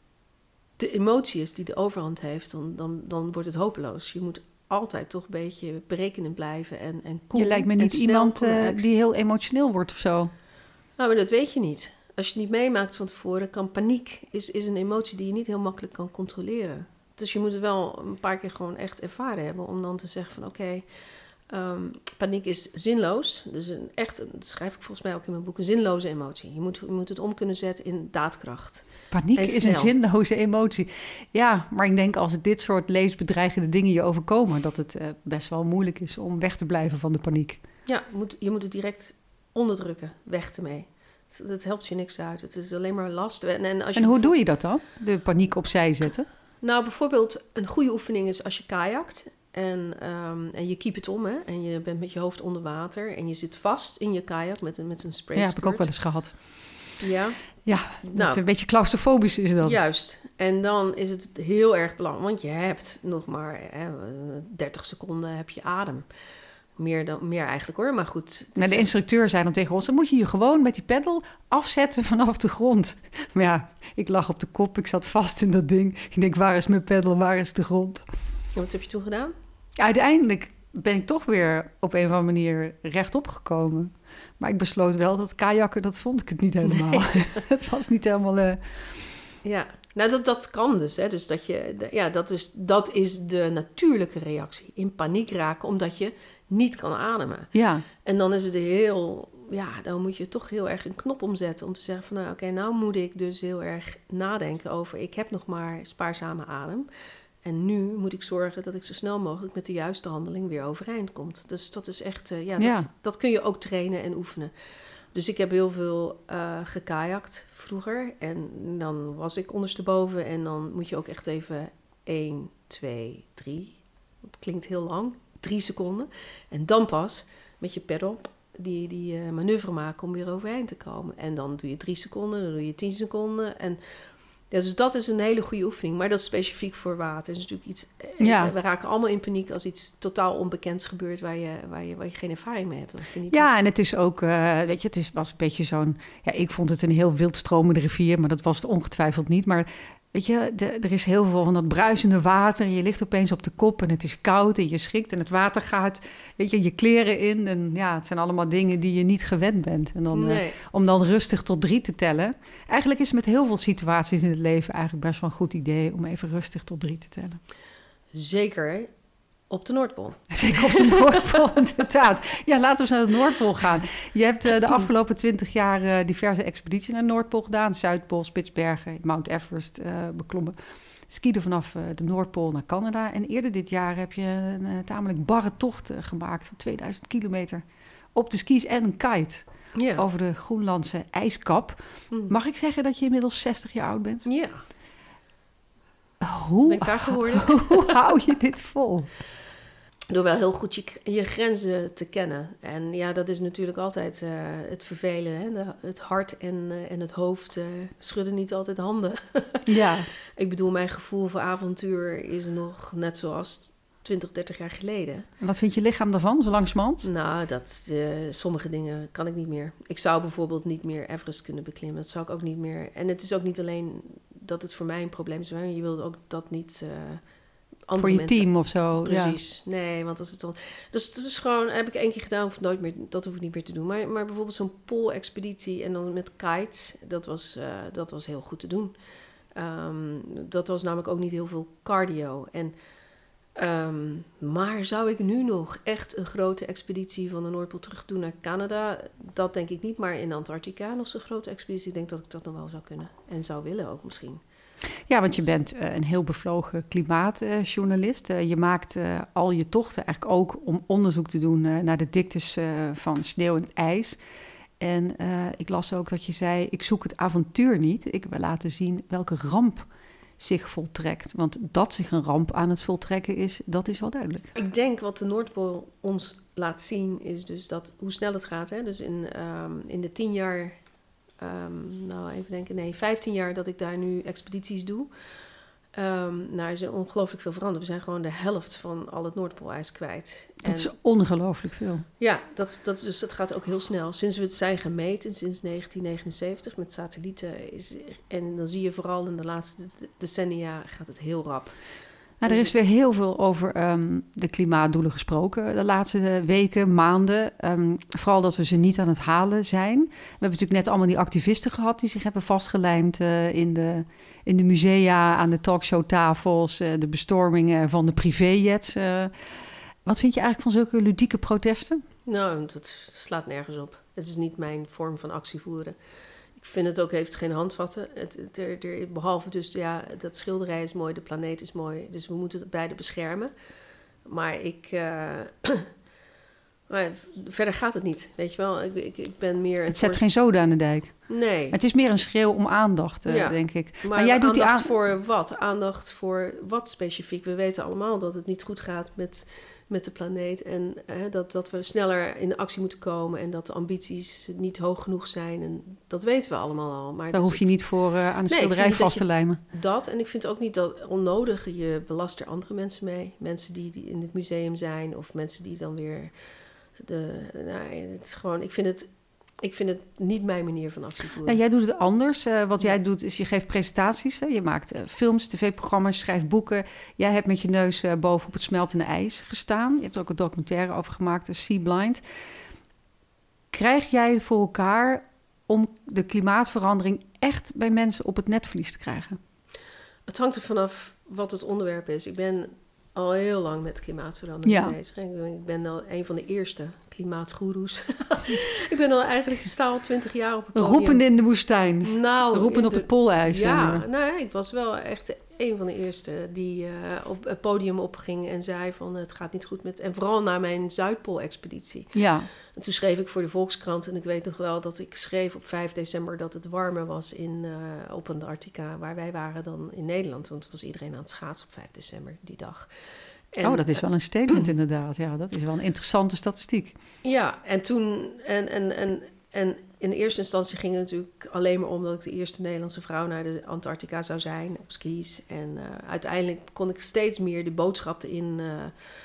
de emotie is die de overhand heeft, dan, dan, dan wordt het hopeloos. Je moet altijd toch een beetje berekenend blijven en, en cool. Je lijkt me niet iemand uh, die heel emotioneel wordt of zo. Nou, maar dat weet je niet. Als je het niet meemaakt van tevoren, kan paniek is, is een emotie die je niet heel makkelijk kan controleren. Dus je moet het wel een paar keer gewoon echt ervaren hebben om dan te zeggen van oké, Um, paniek is zinloos. Dus een echt, dat schrijf ik volgens mij ook in mijn boek, een zinloze emotie. Je moet, je moet het om kunnen zetten in daadkracht. Paniek is een zinloze emotie. Ja, maar ik denk als dit soort levensbedreigende dingen je overkomen, dat het uh, best wel moeilijk is om weg te blijven van de paniek. Ja, je moet, je moet het direct onderdrukken. Weg ermee. Het, het helpt je niks uit. Het is alleen maar last. En, en, als je en hoe doe je dat dan? De paniek opzij zetten? Nou, bijvoorbeeld een goede oefening is als je kajakt. En, um, en je keep het om, hè. En je bent met je hoofd onder water. En je zit vast in je kajak met, met een spray. Ja, heb ik ook wel eens gehad. Ja? Ja, nou, een beetje claustrofobisch is dat. Juist. En dan is het heel erg belangrijk. Want je hebt nog maar hè, dertig seconden heb je adem. Meer, dan, meer eigenlijk hoor, maar goed. Nou, de instructeur zei dan tegen ons, dan moet je je gewoon met die peddel afzetten vanaf de grond. Maar ja, ik lag op de kop, ik zat vast in dat ding. Ik denk, waar is mijn peddel, waar is de grond? En wat heb je toen gedaan? Uiteindelijk ben ik toch weer op een of andere manier rechtop gekomen. Maar ik besloot wel dat kajakken, dat vond ik het niet helemaal. Nee. Het was niet helemaal... Uh... Ja, nou dat, dat kan dus. Hè. Dus dat je, ja, dat is, dat is de natuurlijke reactie. In paniek raken, omdat je niet kan ademen. Ja. En dan is het heel... Ja, dan moet je toch heel erg een knop omzetten om te zeggen van... nou, oké, okay, nou moet ik dus heel erg nadenken over... ik heb nog maar spaarzame adem... En nu moet ik zorgen dat ik zo snel mogelijk met de juiste handeling weer overeind komt. Dus dat is echt, uh, ja, ja. Dat, dat kun je ook trainen en oefenen. Dus ik heb heel veel uh, gekajakt vroeger. En dan was ik ondersteboven en dan moet je ook echt even één, twee, drie. Dat klinkt heel lang. Drie seconden. En dan pas met je peddel die, die uh, manoeuvre maken om weer overeind te komen. En dan doe je drie seconden, dan doe je tien seconden en... Ja, dus dat is een hele goede oefening, maar dat is specifiek voor water. Het is natuurlijk iets, ja. We raken allemaal in paniek als iets totaal onbekends gebeurt waar je, waar je, waar je geen ervaring mee hebt. Of je niet ja, hebt. En het is ook, uh, weet je, het is, was een beetje zo'n... Ja, ik vond het een heel wild stromende rivier, maar dat was het ongetwijfeld niet. Maar weet je, de, er is heel veel van dat bruisende water. Je ligt opeens op de kop en het is koud en je schrikt en het water gaat, weet je, je kleren in. En ja, het zijn allemaal dingen die je niet gewend bent. En dan, nee. uh, om dan rustig tot drie te tellen. Eigenlijk is met heel veel situaties in het leven eigenlijk best wel een goed idee om even rustig tot drie te tellen. Zeker op de Noordpool. Zeker op de Noordpool, inderdaad. Ja, laten we eens naar de Noordpool gaan. Je hebt uh, de afgelopen twintig jaar uh, diverse expedities naar de Noordpool gedaan. Zuidpool, Spitsbergen, Mount Everest uh, beklommen. Skieden vanaf uh, de Noordpool naar Canada. En eerder dit jaar heb je een uh, tamelijk barre tocht uh, gemaakt van tweeduizend kilometer op de skis en een kite. Ja. Over de Groenlandse ijskap. Mm. Mag ik zeggen dat je inmiddels zestig jaar oud bent? Ja. Hoe, ben ik daar geworden? Hoe hou je dit vol? Door wel heel goed je, je grenzen te kennen. En ja, dat is natuurlijk altijd uh, het vervelen. Hè? De, het hart en, uh, en het hoofd uh, schudden niet altijd handen. Ja. Ik bedoel, mijn gevoel voor avontuur is nog net zoals twintig, dertig jaar geleden. En wat vindt je lichaam daarvan, zo langzamerhand? Nou, dat, uh, sommige dingen kan ik niet meer. Ik zou bijvoorbeeld niet meer Everest kunnen beklimmen. Dat zou ik ook niet meer. En het is ook niet alleen dat het voor mij een probleem is. Maar je wilde ook dat niet... Uh, voor je mensen. team of zo. Precies. Ja. Nee, want als het dan... Dus dat is gewoon... Heb ik één keer gedaan, of nooit meer... Dat hoef ik niet meer te doen. Maar, maar bijvoorbeeld zo'n pool-expeditie en dan met kites... Dat was, uh, dat was heel goed te doen. Um, dat was namelijk ook niet heel veel cardio. En... Um, maar zou ik nu nog echt een grote expeditie van de Noordpool terug doen naar Canada? Dat denk ik niet, maar in Antarctica nog zo'n grote expeditie. Ik denk dat ik dat nog wel zou kunnen en zou willen ook misschien. Ja, want je bent uh, een heel bevlogen klimaatjournalist. Uh, je maakt uh, al je tochten eigenlijk ook om onderzoek te doen uh, naar de diktes uh, van sneeuw en ijs. En uh, ik las ook dat je zei, ik zoek het avontuur niet. Ik wil laten zien welke ramp zich voltrekt. Want dat zich een ramp aan het voltrekken is, dat is wel duidelijk. Ik denk wat de Noordpool ons laat zien, is dus dat hoe snel het gaat. Hè? Dus in, um, in de tien jaar, um, nou even denken, nee, vijftien jaar dat ik daar nu expedities doe. Um, nou, er is ongelooflijk veel veranderd. We zijn gewoon de helft van al het Noordpoolijs kwijt. Dat en, is ongelooflijk veel. Ja, dat, dat, dus dat gaat ook heel snel. Sinds we het zijn gemeten, sinds negentien negenenzeventig met satellieten. Is, en dan zie je vooral in de laatste decennia gaat het heel rap. Nou, er is weer heel veel over um, de klimaatdoelen gesproken de laatste weken, maanden. Um, vooral dat we ze niet aan het halen zijn. We hebben natuurlijk net allemaal die activisten gehad die zich hebben vastgelijmd uh, in, de, in de musea, aan de talkshowtafels, uh, de bestormingen van de privéjets. Uh, Wat vind je eigenlijk van zulke ludieke protesten? Nou, dat slaat nergens op. Het is niet mijn vorm van actie voeren. Ik vind het ook, heeft geen handvatten. Het, het, er, er, behalve dus, ja, dat schilderij is mooi, de planeet is mooi. Dus we moeten het beide beschermen. Maar ik... Uh, maar verder gaat het niet, weet je wel. Ik, ik, ik ben meer... Het zet voor... geen zoden aan de dijk. Nee. Het is meer een schreeuw om aandacht, uh, ja. denk ik. Maar, maar jij doet die aandacht aan... voor wat? Aandacht voor wat specifiek? We weten allemaal dat het niet goed gaat met... met de planeet en hè, dat, dat we sneller in de actie moeten komen en dat de ambities niet hoog genoeg zijn. En dat weten we allemaal al. Maar Daar dus hoef je ik, niet voor uh, aan de nee, schilderij vast te lijmen. Dat, en ik vind ook niet dat onnodig. Je belast er andere mensen mee. Mensen die, die in het museum zijn of mensen die dan weer... De, nou, het is gewoon, ik vind het... Ik vind het niet mijn manier van actie voeren. Ja, jij doet het anders. Uh, wat jij doet is je geeft presentaties. Hè? Je maakt uh, films, tv-programma's, schrijft boeken. Jij hebt met je neus uh, boven op het smeltende ijs gestaan. Je hebt er ook een documentaire over gemaakt, Sea Blind. Krijg jij het voor elkaar om de klimaatverandering echt bij mensen op het netvlies te krijgen? Het hangt er vanaf wat het onderwerp is. Ik ben al heel lang met klimaatverandering ja. bezig. Ik ben al een van de eerste klimaatgoeroes. Ik ben al eigenlijk sta al twintig jaar op het podium. Roepende in de woestijn. Nou, Roepen op de, het poolijs. Ja, en, nou, ik was wel echt een van de eerste die uh, op het podium opging en zei van het gaat niet goed met... En vooral na mijn Zuidpool-expeditie. Ja. En toen schreef ik voor de Volkskrant en ik weet nog wel dat ik schreef op vijf december dat het warmer was in, uh, op Antarctica, waar wij waren dan in Nederland. Want was iedereen aan het schaatsen op vijf december die dag. En, oh, dat is wel een statement inderdaad. Ja, dat is wel een interessante statistiek. Ja, en toen... En, en, en, en in eerste instantie ging het natuurlijk alleen maar om dat ik de eerste Nederlandse vrouw naar de Antarctica zou zijn, op skis. En uh, uiteindelijk kon ik steeds meer de boodschap erin uh,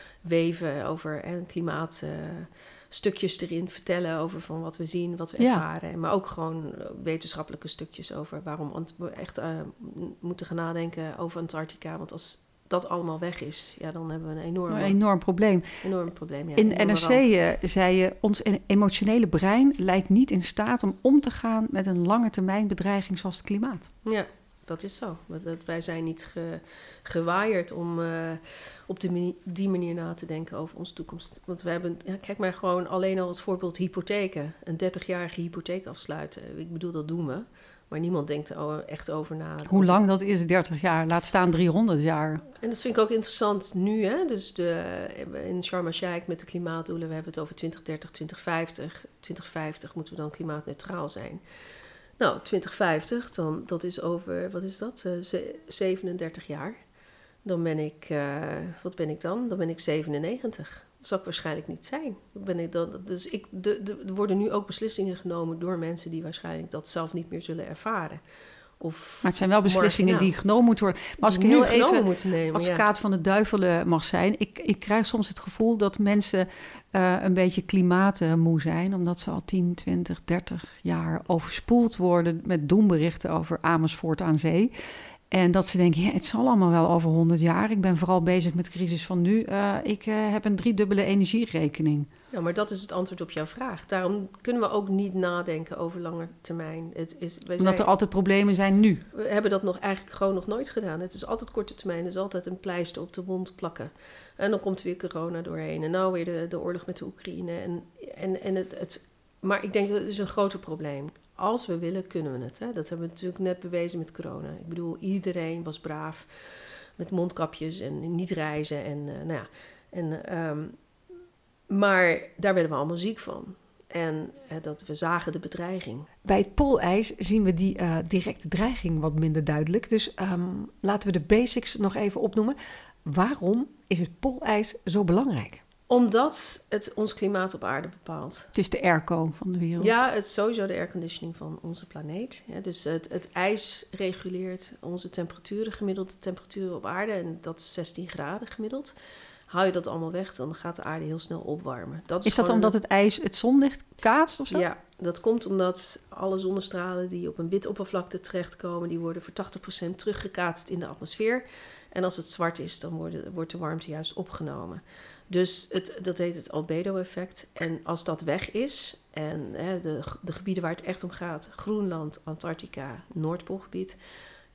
weven over en klimaat... Uh, stukjes erin vertellen over van wat we zien, wat we ervaren. Ja. Maar ook gewoon wetenschappelijke stukjes over waarom we echt uh, moeten gaan nadenken over Antarctica. Want als dat allemaal weg is, ja, dan hebben we een enorm, een enorm probleem. Enorm probleem, ja. In N R C uh, zei je, ons emotionele brein lijkt niet in staat om om te gaan met een lange termijn bedreiging zoals het klimaat. Ja, dat is zo. Dat, wij zijn niet ge, gewaaierd om uh, op de mani- die manier na te denken over onze toekomst. Want we hebben, ja, kijk maar gewoon alleen al het voorbeeld hypotheken. Een dertigjarige hypotheek afsluiten. Ik bedoel, dat doen we. Maar niemand denkt er echt over na. Hoe lang dat is, dertig jaar? Laat staan driehonderd jaar. En dat vind ik ook interessant nu. Hè? Dus de, in Sharm el-Sheikh met de klimaatdoelen, we hebben het over twintig dertig, twintig vijftig. twintig vijftig moeten we dan klimaatneutraal zijn. Nou, twintig vijftig, dan, dat is over, wat is dat? Uh, zevenendertig jaar. Dan ben ik, uh, wat ben ik dan? Dan ben ik zevenennegentig. Dat zal ik waarschijnlijk niet zijn. Dan ben ik dan, dus ik, de, de, er worden nu ook beslissingen genomen door mensen die waarschijnlijk dat zelf niet meer zullen ervaren. Of maar het zijn wel beslissingen morgen, die genomen moeten worden. Maar als ik heel even nemen, advocaat ja. van de duivel mag zijn... Ik, ik krijg soms het gevoel dat mensen uh, een beetje klimaatmoe zijn... omdat ze al tien, twintig, dertig jaar overspoeld worden... met doemberichten over Amersfoort aan zee... En dat ze denken, ja, het zal allemaal wel over honderd jaar. Ik ben vooral bezig met de crisis van nu. Uh, ik uh, heb een driedubbele energierekening. Ja, maar dat is het antwoord op jouw vraag. Daarom kunnen we ook niet nadenken over lange termijn. Het is, wij Omdat zijn, er altijd problemen zijn nu. We hebben dat nog eigenlijk gewoon nog nooit gedaan. Het is altijd korte termijn. Het is altijd een pleister op de wond plakken. En dan komt weer corona doorheen. En nou weer de, de oorlog met de Oekraïne. En, en, en het, het, maar ik denk dat het is een groter probleem. Als we willen, kunnen we het. Hè? Dat hebben we natuurlijk net bewezen met corona. Ik bedoel, iedereen was braaf met mondkapjes en niet reizen. En, uh, nou ja, en, um, maar daar werden we allemaal ziek van. En uh, dat we zagen de bedreiging. Bij het poolijs zien we die uh, directe dreiging wat minder duidelijk. Dus um, laten we de basics nog even opnoemen. Waarom is het poolijs zo belangrijk? Omdat het ons klimaat op aarde bepaalt. Het is de airco van de wereld. Ja, het is sowieso de airconditioning van onze planeet. Ja, dus het, het ijs reguleert onze temperaturen, gemiddelde temperaturen op aarde. En dat is zestien graden gemiddeld. Haal je dat allemaal weg, dan gaat de aarde heel snel opwarmen. Dat is is dat omdat het ijs het zonlicht kaatst of zo? Ja, dat komt omdat alle zonnestralen die op een wit oppervlakte terechtkomen... die worden voor tachtig procent teruggekaatst in de atmosfeer. En als het zwart is, dan wordt, wordt de warmte juist opgenomen. Dus het, dat heet het albedo-effect. En als dat weg is, en hè, de, de gebieden waar het echt om gaat... Groenland, Antarctica, Noordpoolgebied...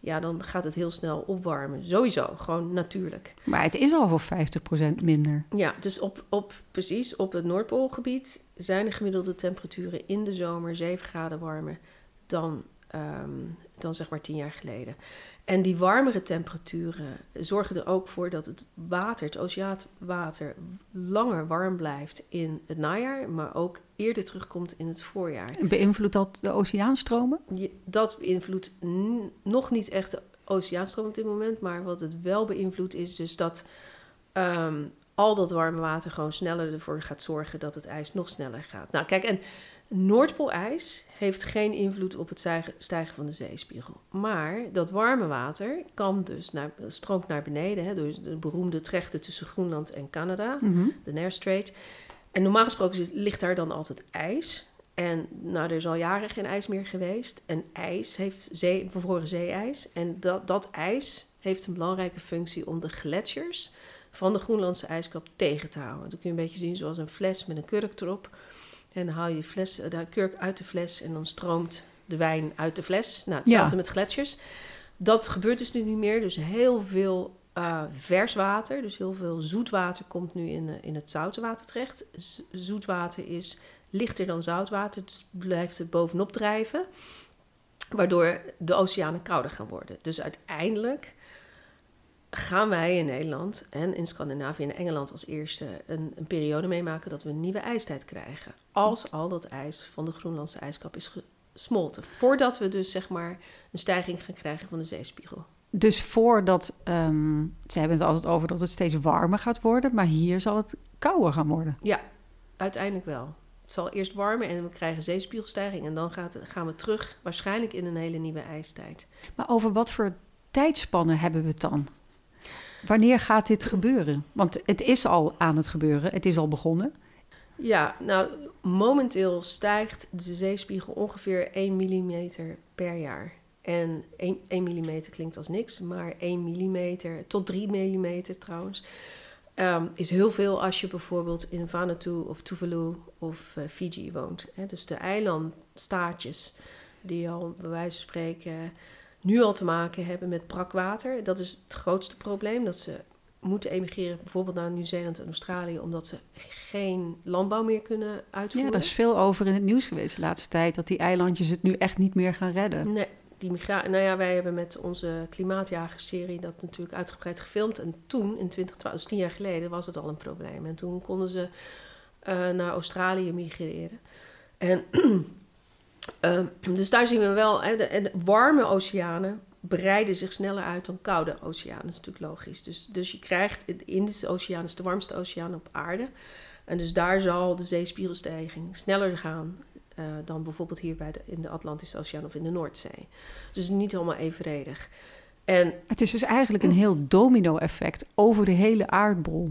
ja, dan gaat het heel snel opwarmen. Sowieso, gewoon natuurlijk. Maar het is al voor vijftig procent minder. Ja, dus op, op, precies op het Noordpoolgebied zijn de gemiddelde temperaturen in de zomer zeven graden warmer dan, um, dan zeg maar tien jaar geleden. En die warmere temperaturen zorgen er ook voor dat het water, het oceaanwater, langer warm blijft in het najaar, maar ook eerder terugkomt in het voorjaar. En beïnvloedt dat de oceaanstromen? Je, dat beïnvloedt n- nog niet echt de oceaanstroom op dit moment, maar wat het wel beïnvloedt is dus dat um, al dat warme water gewoon sneller ervoor gaat zorgen dat het ijs nog sneller gaat. Nou kijk, en Noordpoolijs heeft geen invloed op het stijgen, stijgen van de zeespiegel. Maar dat warme water kan dus naar, stroomt naar beneden, hè, door de beroemde trechten tussen Groenland en Canada, Mm-hmm. de Nares Strait. En normaal gesproken ligt daar dan altijd ijs. En nou, er is al jaren geen ijs meer geweest. En ijs heeft zee, bevroren zeeijs. En dat, dat ijs heeft een belangrijke functie om de gletsjers van de Groenlandse ijskap tegen te houden. Dat kun je een beetje zien zoals een fles met een kurk erop. En dan haal je fles, de kurk uit de fles en dan stroomt de wijn uit de fles. Nou, hetzelfde ja. met gletsjers. Dat gebeurt dus nu niet meer. Dus heel veel uh, vers water, dus heel veel zoetwater komt nu in, uh, in het zoute water terecht. Z- zoetwater is lichter dan zoutwater, dus blijft het bovenop drijven. Waardoor de oceanen kouder gaan worden. Dus uiteindelijk gaan wij in Nederland en in Scandinavië en Engeland als eerste een, een periode meemaken dat we een nieuwe ijstijd krijgen. Als al dat ijs van de Groenlandse ijskap is gesmolten. Voordat we dus zeg maar een stijging gaan krijgen van de zeespiegel. Dus voordat, um, ze hebben het altijd over dat het steeds warmer gaat worden, maar hier zal het kouder gaan worden. Ja, uiteindelijk wel. Het zal eerst warmen en we krijgen zeespiegelstijging en dan gaat, gaan we terug waarschijnlijk in een hele nieuwe ijstijd. Maar over wat voor tijdspannen hebben we het dan? Wanneer gaat dit gebeuren? Want het is al aan het gebeuren, het is al begonnen. Ja, nou, momenteel stijgt de zeespiegel ongeveer één millimeter per jaar. En één millimeter klinkt als niks, maar één millimeter tot drie millimeter trouwens um, is heel veel als je bijvoorbeeld in Vanuatu of Tuvalu of uh, Fiji woont. Hè? Dus de eilandstaatjes die al bij wijze van spreken nu al te maken hebben met brakwater. Dat is het grootste probleem, dat ze moeten emigreren bijvoorbeeld naar Nieuw-Zeeland en Australië, omdat ze geen landbouw meer kunnen uitvoeren. Ja, daar is veel over in het nieuws geweest de laatste tijd, dat die eilandjes het nu echt niet meer gaan redden. Nee, die migra- nou ja, wij hebben met onze klimaatjagerserie dat natuurlijk uitgebreid gefilmd. En toen, in twintig twaalf, dus tien jaar geleden, was het al een probleem. En toen konden ze uh, naar Australië migreren. En uh, dus daar zien we wel, hè, de, de warme oceanen breiden zich sneller uit dan koude oceanen. Dat is natuurlijk logisch. Dus, dus je krijgt, de Indische Oceaan is de warmste oceaan op aarde. En dus daar zal de zeespiegelstijging sneller gaan uh, dan bijvoorbeeld hier bij de, in de Atlantische Oceaan of in de Noordzee. Dus niet allemaal evenredig. En het is dus eigenlijk een heel domino-effect over de hele aardbol.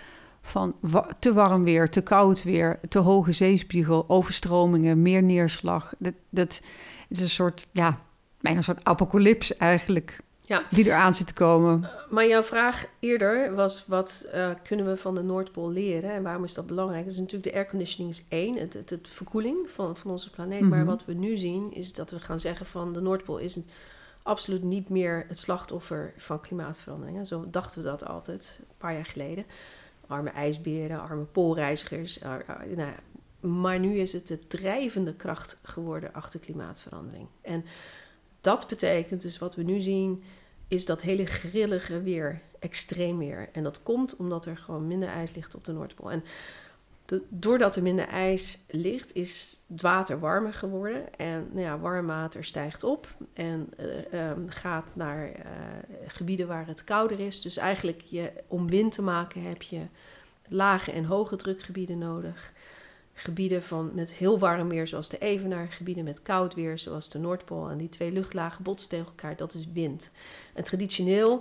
Van wa- te warm weer, te koud weer, te hoge zeespiegel, overstromingen, meer neerslag. Dat, dat is een soort, ja, bijna een soort apocalyps eigenlijk, ja, die eraan zit te komen. Uh, maar jouw vraag eerder was, wat uh, kunnen we van de Noordpool leren? En waarom is dat belangrijk? Dat is natuurlijk de airconditioning is één, het, het, het verkoeling van, van onze planeet. Mm-hmm. Maar wat we nu zien is dat we gaan zeggen van de Noordpool is een, absoluut niet meer het slachtoffer van klimaatverandering. Zo dachten we dat altijd, een paar jaar geleden. Arme ijsberen, arme poolreizigers. Uh, uh, nou, maar nu is het de drijvende kracht geworden achter klimaatverandering. En dat betekent dus wat we nu zien, is dat hele grillige weer, extreem weer. En dat komt omdat er gewoon minder ijs ligt op de Noordpool. En de, doordat er minder ijs ligt, is het water warmer geworden. En nou ja, warm water stijgt op en uh, um, gaat naar uh, gebieden waar het kouder is. Dus eigenlijk je, om wind te maken heb je lage en hoge drukgebieden nodig. Gebieden van, met heel warm weer zoals de Evenaar, gebieden met koud weer zoals de Noordpool. En die twee luchtlagen botsen tegen elkaar, dat is wind. En traditioneel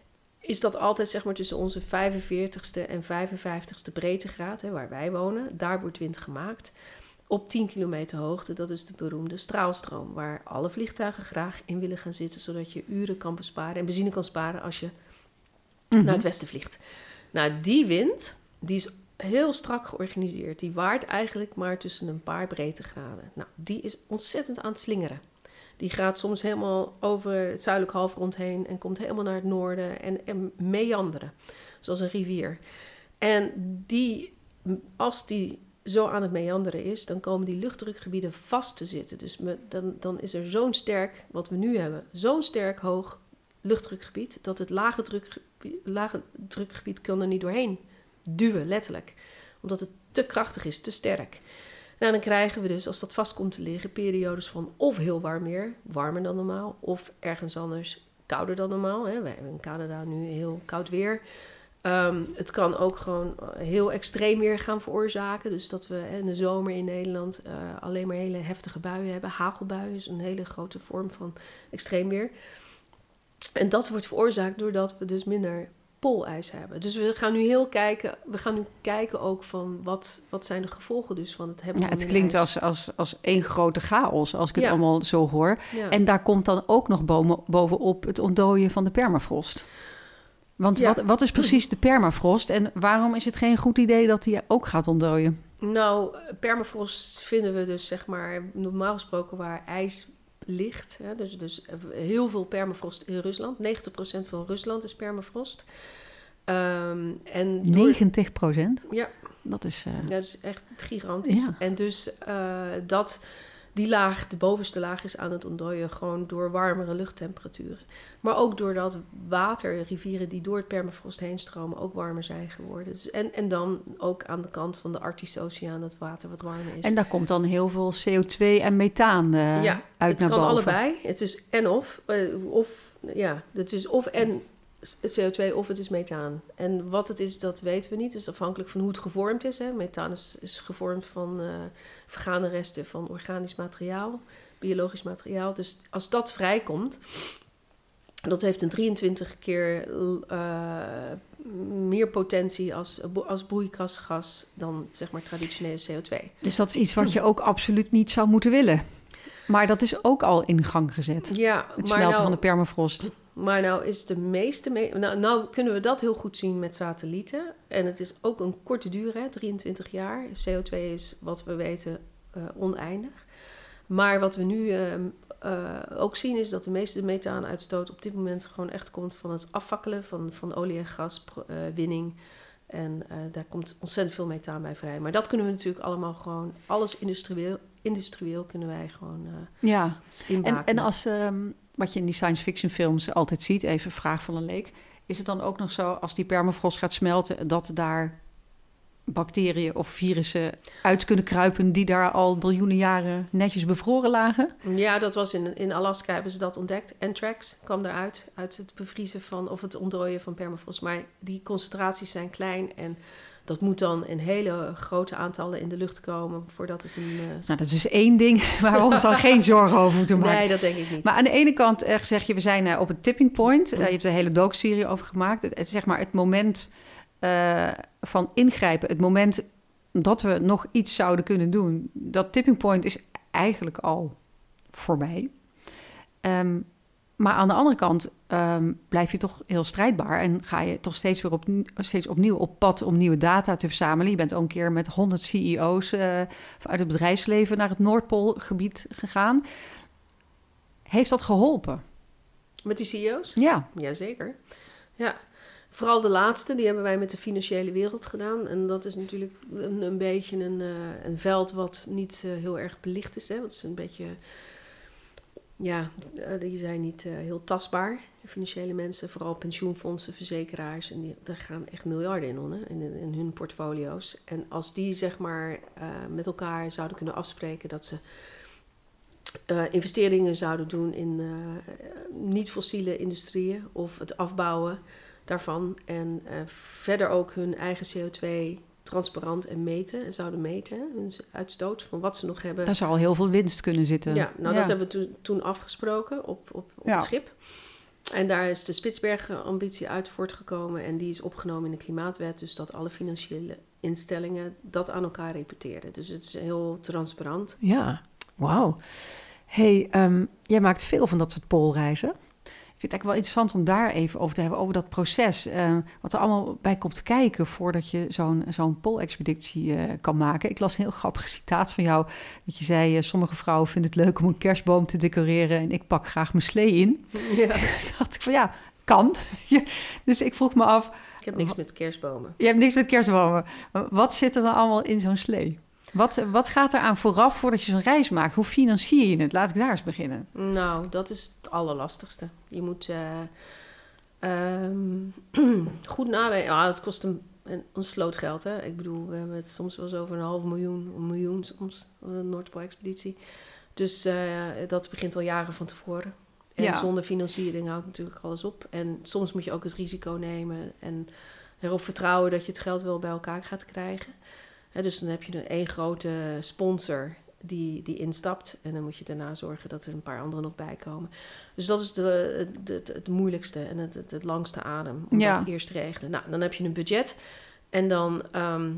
is dat altijd zeg maar tussen onze vijfenveertigste en vijfenvijftigste breedtegraad, hè, waar wij wonen. Daar wordt wind gemaakt. Op tien kilometer hoogte, dat is de beroemde straalstroom, waar alle vliegtuigen graag in willen gaan zitten, zodat je uren kan besparen en benzine kan sparen als je mm-hmm. naar het westen vliegt. Nou, die wind, die is heel strak georganiseerd. Die waart eigenlijk maar tussen een paar breedtegraden. Nou, die is ontzettend aan het slingeren. Die gaat soms helemaal over het zuidelijk halfrond heen en komt helemaal naar het noorden en, en meanderen, zoals een rivier. En die, als die zo aan het meanderen is, dan komen die luchtdrukgebieden vast te zitten. Dus me, dan, dan is er zo'n sterk, wat we nu hebben, zo'n sterk hoog luchtdrukgebied, dat het lage, druk, lage drukgebied kan er niet doorheen duwen, letterlijk. Omdat het te krachtig is, te sterk. Nou, dan krijgen we dus, als dat vast komt te liggen, periodes van of heel warm weer, warmer dan normaal, of ergens anders kouder dan normaal. Hè. Wij hebben in Canada nu heel koud weer. Um, het kan ook gewoon heel extreem weer gaan veroorzaken. Dus dat we in de zomer in Nederland uh, alleen maar hele heftige buien hebben. Hagelbuien is een hele grote vorm van extreem weer. En dat wordt veroorzaakt doordat we dus minder poolijs hebben. Dus we gaan nu heel kijken. We gaan nu kijken ook van wat, wat zijn de gevolgen dus van het hebben ja, van het klinkt ijs. als, als, als één grote chaos, als ik het Ja. allemaal zo hoor. Ja. En daar komt dan ook nog boven, bovenop het ontdooien van de permafrost. Want Ja. wat, wat is precies de permafrost en waarom is het geen goed idee dat die ook gaat ontdooien? Nou, permafrost vinden we dus zeg maar normaal gesproken waar ijs ligt. Hè? Dus, dus heel veel permafrost in Rusland. negentig procent van Rusland is permafrost. Um, en door... negentig procent? Ja. Dat is... Uh... Ja, dat is echt gigantisch. Ja. En dus uh, dat... Die laag, de bovenste laag, is aan het ontdooien gewoon door warmere luchttemperaturen. Maar ook doordat water, rivieren die door het permafrost heen stromen, ook warmer zijn geworden. Dus en, en dan ook aan de kant van de Arctische Oceaan dat water wat warmer is. En daar komt dan heel veel C O twee en methaan uh, ja, uit naar boven. Het kan allebei. Het is en of. Uh, of ja, het is of en C O twee of het is methaan. En wat het is, dat weten we niet. Het is afhankelijk van hoe het gevormd is. Hè. Methaan is, is gevormd van uh, vergane resten van organisch materiaal, biologisch materiaal. Dus als dat vrijkomt, dat heeft een drieëntwintig keer uh, meer potentie als, als broeikasgas dan zeg maar traditionele C O twee. Dus dat is iets wat je ook absoluut niet zou moeten willen. Maar dat is ook al in gang gezet. Ja, het maar smelten nou, van de permafrost. Maar nou is de meeste... Me- nou, nou kunnen we dat heel goed zien met satellieten. En het is ook een korte duur, hè, drieëntwintig jaar. C O twee is, wat we weten, uh, oneindig. Maar wat we nu uh, uh, ook zien is dat de meeste methaanuitstoot op dit moment gewoon echt komt van het afvakkelen van, van olie- en gaswinning. Uh, en uh, daar komt ontzettend veel methaan bij vrij. Maar dat kunnen we natuurlijk allemaal gewoon... Alles industrieel, industrieel kunnen wij gewoon uh, ja. inbaken. En, en als... Um... wat je in die science fiction films altijd ziet, even vraag van een leek, is het dan ook nog zo, als die permafrost gaat smelten, dat daar bacteriën of virussen uit kunnen kruipen die daar al biljoenen jaren netjes bevroren lagen? Ja, dat was in, in Alaska hebben ze dat ontdekt. Anthrax kwam eruit, uit het bevriezen van, of het ontdooien van permafrost. Maar die concentraties zijn klein en dat moet dan in hele grote aantallen in de lucht komen voordat het een... Uh... Nou, dat is dus één ding waar we ons dan geen zorgen over moeten maken. Nee, dat denk ik niet. Maar aan de ene kant uh, zeg je, we zijn uh, op een tipping point. Uh, je hebt een hele docu-serie over gemaakt. Het, het, zeg maar het moment uh, van ingrijpen, het moment dat we nog iets zouden kunnen doen. Dat tipping point is eigenlijk al voorbij. Um, Maar aan de andere kant um, blijf je toch heel strijdbaar en ga je toch steeds weer op, steeds opnieuw op pad om nieuwe data te verzamelen. Je bent ook een keer met honderd C E O's uh, uit het bedrijfsleven naar het Noordpoolgebied gegaan. Heeft dat geholpen? Met die C E O's? Ja. Jazeker. Ja. Vooral de laatste, die hebben wij met de financiële wereld gedaan. En dat is natuurlijk een, een beetje een, uh, een veld wat niet uh, heel erg belicht is. Hè? Want het is een beetje... Ja, die zijn niet uh, heel tastbaar. Financiële mensen, vooral pensioenfondsen, verzekeraars. En die, daar gaan echt miljarden in om, hè, in, in hun portfolio's. En als die zeg maar uh, met elkaar zouden kunnen afspreken dat ze uh, investeringen zouden doen in uh, niet-fossiele industrieën of het afbouwen daarvan. En uh, verder ook hun eigen C O twee transparant en meten, en zouden meten, hun uitstoot van wat ze nog hebben. Daar zou al heel veel winst kunnen zitten. Ja, nou ja. dat hebben we toen, toen afgesproken op, op, op ja. het schip. En daar is de Spitsbergen-ambitie uit voortgekomen en die is opgenomen in de Klimaatwet, dus dat alle financiële instellingen dat aan elkaar repeteerden. Dus het is heel transparant. Ja, wauw. Hey, um, jij maakt veel van dat soort poolreizen. Vind vind het eigenlijk wel interessant om daar even over te hebben, over dat proces. Uh, wat er allemaal bij komt kijken voordat je zo'n, zo'n poolexpeditie uh, kan maken. Ik las een heel grappig citaat van jou, dat je zei, uh, sommige vrouwen vinden het leuk om een kerstboom te decoreren en ik pak graag mijn slee in. Ja. dacht ik van ja, kan. Dus ik vroeg me af... Ik heb niks met kerstbomen. Je hebt niks met kerstbomen. Wat zit er dan allemaal in zo'n slee? Wat, wat gaat er aan vooraf voordat je zo'n reis maakt? Hoe financier je het? Laat ik daar eens beginnen. Nou, dat is het allerlastigste. Je moet uh, um, goed nadenken. Ja, het kost een, een, een sloot geld, hè. Ik bedoel, we hebben het soms wel eens over een half miljoen, een miljoen soms, een Noordpool-expeditie. Dus uh, dat begint al jaren van tevoren. En ja. zonder financiering houdt natuurlijk alles op. En soms moet je ook het risico nemen en erop vertrouwen dat je het geld wel bij elkaar gaat krijgen. He, dus dan heb je een één grote sponsor die, die instapt. En dan moet je daarna zorgen dat er een paar anderen nog bij komen. Dus dat is de, de, het, het moeilijkste en het, het, het langste adem. Om ja. dat eerst te regelen. Nou, dan heb je een budget. En dan... Um,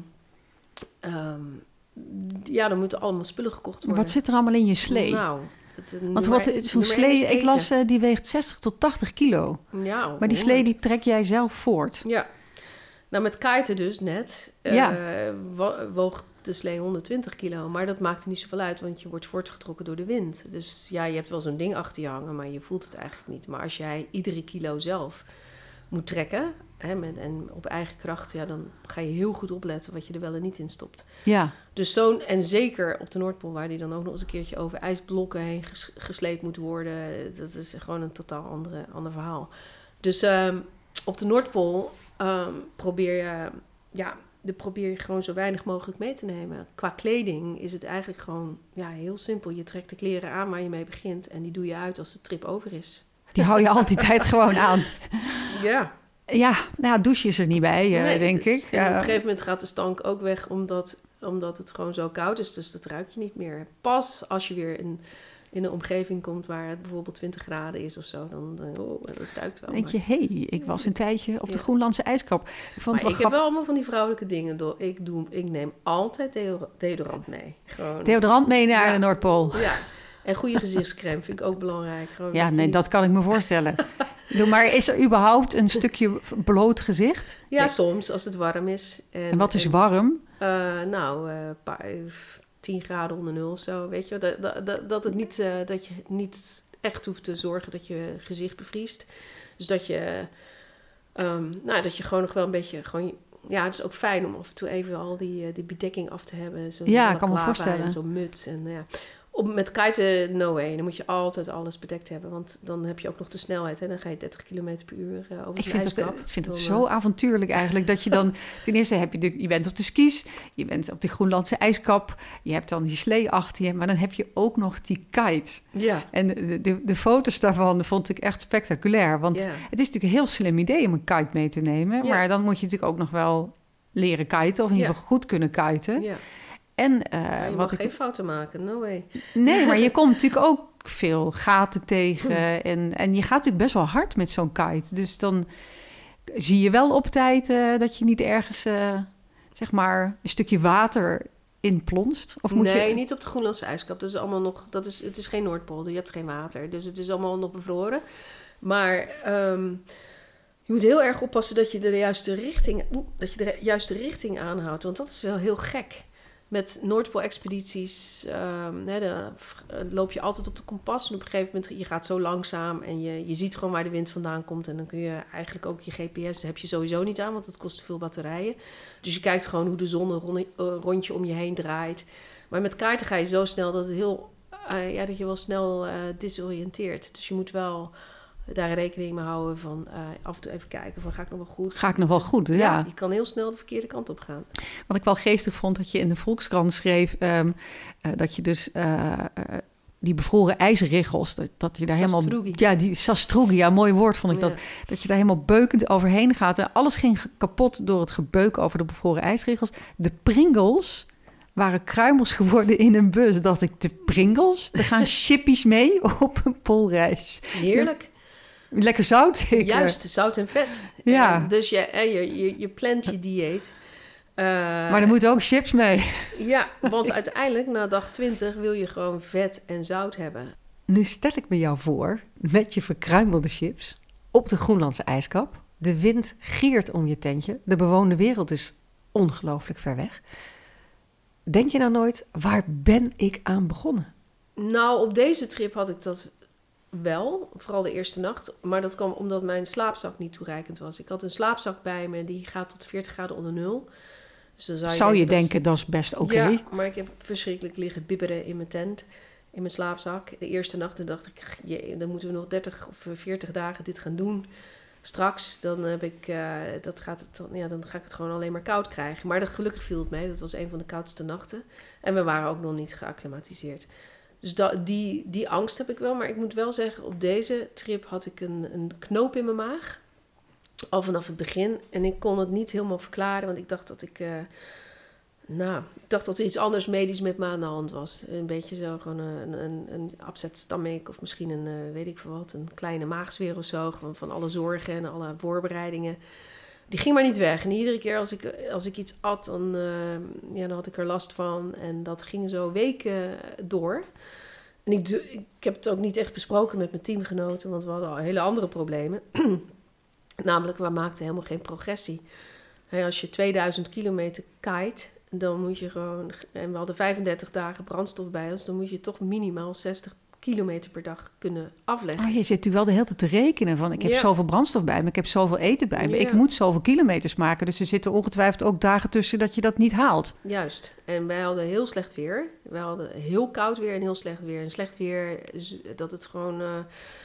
um, ja, dan moeten allemaal spullen gekocht worden. Wat zit er allemaal in je slee? Nou... Het, Want wat, zo'n slee, ik las, uh, die weegt zestig tot tachtig kilo. Ja, maar die slee die trek jij zelf voort. Ja. Nou, met kiten dus net uh, ja. wo- woog de slee honderdtwintig kilo. Maar dat maakt er niet zoveel uit, want je wordt voortgetrokken door de wind. Dus ja, je hebt wel zo'n ding achter je hangen, maar je voelt het eigenlijk niet. Maar als jij iedere kilo zelf moet trekken, hè, met, en op eigen kracht, ja, dan ga je heel goed opletten wat je er wel en niet in stopt. Ja. Dus zo'n, en zeker op de Noordpool, waar die dan ook nog eens een keertje over ijsblokken heen ges, gesleept moet worden. Dat is gewoon een totaal andere, ander verhaal. Dus um, op de Noordpool um, probeer je, ja, de probeer je gewoon zo weinig mogelijk mee te nemen. Qua kleding is het eigenlijk gewoon, ja, heel simpel. Je trekt de kleren aan waar je mee begint en die doe je uit als de trip over is. Die hou je altijd tijd gewoon aan. Ja. Ja, nou, douche is er niet bij, uh, nee, denk dus, ik. En op een gegeven moment gaat de stank ook weg, omdat, omdat het gewoon zo koud is. Dus dat ruik je niet meer. Pas als je weer in, in een omgeving komt waar het bijvoorbeeld twintig graden is of zo, dan, dan oh, dat ruikt wel. Denk je, hé, hey, ik was een tijdje op de ja. Groenlandse ijskap. Ik, vond het wel ik grap... heb wel allemaal van die vrouwelijke dingen. Door. Ik, doe, ik neem altijd deodor- deodorant mee. Gewoon, deodorant mee naar ja. de Noordpool. Ja, en goede gezichtscrème vind ik ook belangrijk. Gewoon ja, nee, dat kan ik me voorstellen. Doe, maar is er überhaupt een stukje bloot gezicht? Ja, nee. Soms, als het warm is. En, en wat is en, warm? Uh, nou, uh, paar, tien graden onder nul of zo, weet je. Dat, dat, dat, dat, het niet, uh, dat je niet echt hoeft te zorgen dat je gezicht bevriest. Dus dat je, um, nou, dat je gewoon nog wel een beetje... Gewoon, ja, het is ook fijn om af en toe even al die, die bedekking af te hebben. Zo ja, ik kan me voorstellen. En zo'n muts en ja... Op, met kiten, no way. Dan moet je altijd alles bedekt hebben. Want dan heb je ook nog de snelheid. Hè? Dan ga je dertig kilometer per uur uh, over ik de vind ijskap. Het, ik vind het zo avontuurlijk eigenlijk. Dat je dan... ten eerste heb je... De, je bent op de skis. Je bent op de Groenlandse ijskap. Je hebt dan die slee achter je. Maar dan heb je ook nog die kite. Ja. En de, de, de foto's daarvan vond ik echt spectaculair. Want ja. het is natuurlijk een heel slim idee om een kite mee te nemen. Ja. Maar dan moet je natuurlijk ook nog wel leren kiten. Of in ieder geval ja. goed kunnen kiten. Ja. En, uh, ja, je wat mag ik... geen fouten maken, no way. Nee, maar je komt natuurlijk ook veel gaten tegen. En, en je gaat natuurlijk best wel hard met zo'n kite. Dus dan zie je wel op tijd uh, dat je niet ergens, uh, zeg maar, een stukje water in plonst. Of moet nee, je... niet op de Groenlandse ijskap. Dat is allemaal nog, dat is, het is geen Noordpool, je hebt geen water. Dus het is allemaal nog bevroren. Maar... Um, je moet heel erg oppassen dat je de juiste richting, dat je de juiste richting aanhoudt. Want dat is wel heel gek. Met Noordpool-expedities um, hè, de, loop je altijd op de kompas. En op een gegeven moment, je gaat zo langzaam en je, je ziet gewoon waar de wind vandaan komt. En dan kun je eigenlijk ook je G P S, heb je sowieso niet aan, want het kost veel batterijen. Dus je kijkt gewoon hoe de zon een rondje om je heen draait. Maar met kaarten ga je zo snel dat, het heel, uh, ja, dat je wel snel uh, disoriënteert. Dus je moet wel... daar rekening mee houden van uh, af en toe even kijken van ga ik nog wel goed? Ga ik nog wel goed, ja. ja. Je kan heel snel de verkeerde kant op gaan. Wat ik wel geestig vond, dat je in de Volkskrant schreef... Um, uh, dat je dus uh, uh, die bevroren ijsriggels... dat, dat je daar Sastrugi. helemaal... Ja, die sastrugi, ja, mooi woord vond ik ja. dat. Dat je daar helemaal beukend overheen gaat. En alles ging kapot door het gebeuk over de bevroren ijsriggels. De Pringles... waren kruimels geworden in een bus. Dat dacht ik, de Pringles? Er gaan chippies mee op een poolreis. Heerlijk. Lekker zout, zeker. Juist, zout en vet. Ja. En dus je, je, je, je plant je dieet. Uh, maar er moeten ook chips mee. Ja, want uiteindelijk na dag twintig wil je gewoon vet en zout hebben. Nu stel ik me jou voor met je verkruimelde chips op de Groenlandse ijskap. De wind giert om je tentje. De bewoonde wereld is ongelooflijk ver weg. Denk je nou nooit, waar ben ik aan begonnen? Nou, op deze trip had ik dat wel, vooral de eerste nacht. Maar dat kwam omdat mijn slaapzak niet toereikend was. Ik had een slaapzak bij me, die gaat tot veertig graden onder nul. Dus dan zou je, zou denken, je denken, dat is, dat is best oké. Okay. Ja, maar ik heb verschrikkelijk liggen bibberen in mijn tent, in mijn slaapzak. De eerste nacht dacht ik, jee, dan moeten we nog dertig of veertig dagen dit gaan doen. Straks, dan, heb ik, uh, dat gaat het, ja, dan ga ik het gewoon alleen maar koud krijgen. Maar dat, gelukkig viel het mee. Dat was een van de koudste nachten. En we waren ook nog niet geacclimatiseerd. Dus dat, die, die angst heb ik wel. Maar ik moet wel zeggen, op deze trip had ik een, een knoop in mijn maag. Al vanaf het begin. En ik kon het niet helemaal verklaren. Want ik dacht dat ik... Uh, nou, ik dacht dat er iets anders medisch met me aan de hand was. Een beetje zo, gewoon een, een, een upset stomach of misschien een, uh, weet ik veel wat, een kleine maagzweer of zo. Gewoon van alle zorgen en alle voorbereidingen. Die ging maar niet weg. En iedere keer als ik, als ik iets at, dan, uh, ja, dan had ik er last van. En dat ging zo weken door. En ik, ik heb het ook niet echt besproken met mijn teamgenoten, want we hadden al hele andere problemen. Namelijk, we maakten helemaal geen progressie. Hey, als je tweeduizend kilometer kite, dan moet je gewoon... En we hadden vijfendertig dagen brandstof bij ons. Dan moet je toch minimaal zestig kilometer per dag kunnen afleggen. Oh, je zit nu wel de hele tijd te rekenen van... ik heb ja. zoveel brandstof bij me, ik heb zoveel eten bij me. Ja. Ik moet zoveel kilometers maken. Dus er zitten ongetwijfeld ook dagen tussen dat je dat niet haalt. Juist. En wij hadden heel slecht weer. Wij hadden heel koud weer en heel slecht weer. En slecht weer, dat het gewoon... Uh,